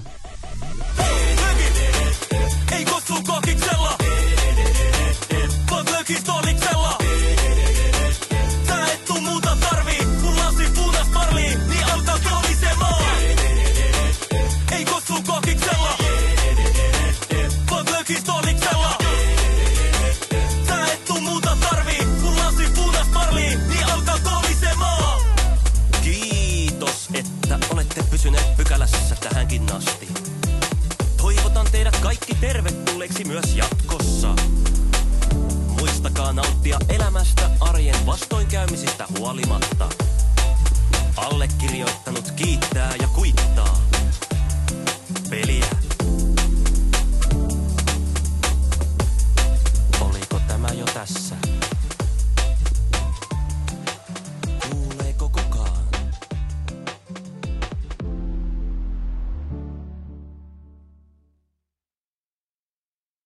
Ei kossu kokiksella, vaan lökistoliksella. Tää et tuu muuta tarvii, kun lasi punas marliin, niin alkaa kolisemaan. Ei kossu kokiksella, vaan lökistoliksella. Tää et tuu muuta tarvii, kun lasi punas marliin, niin alkaa kolisemaan. Kiitos, että olette pysyneet pykälässä tähänkin asti. Toivotan teidät kaikki tervetulleeksi myös jatkossa. Muistakaa nauttia elämästä arjen vastoinkäymisistä huolimatta. Allekirjoittanut kiittää ja kuittaa. Peliä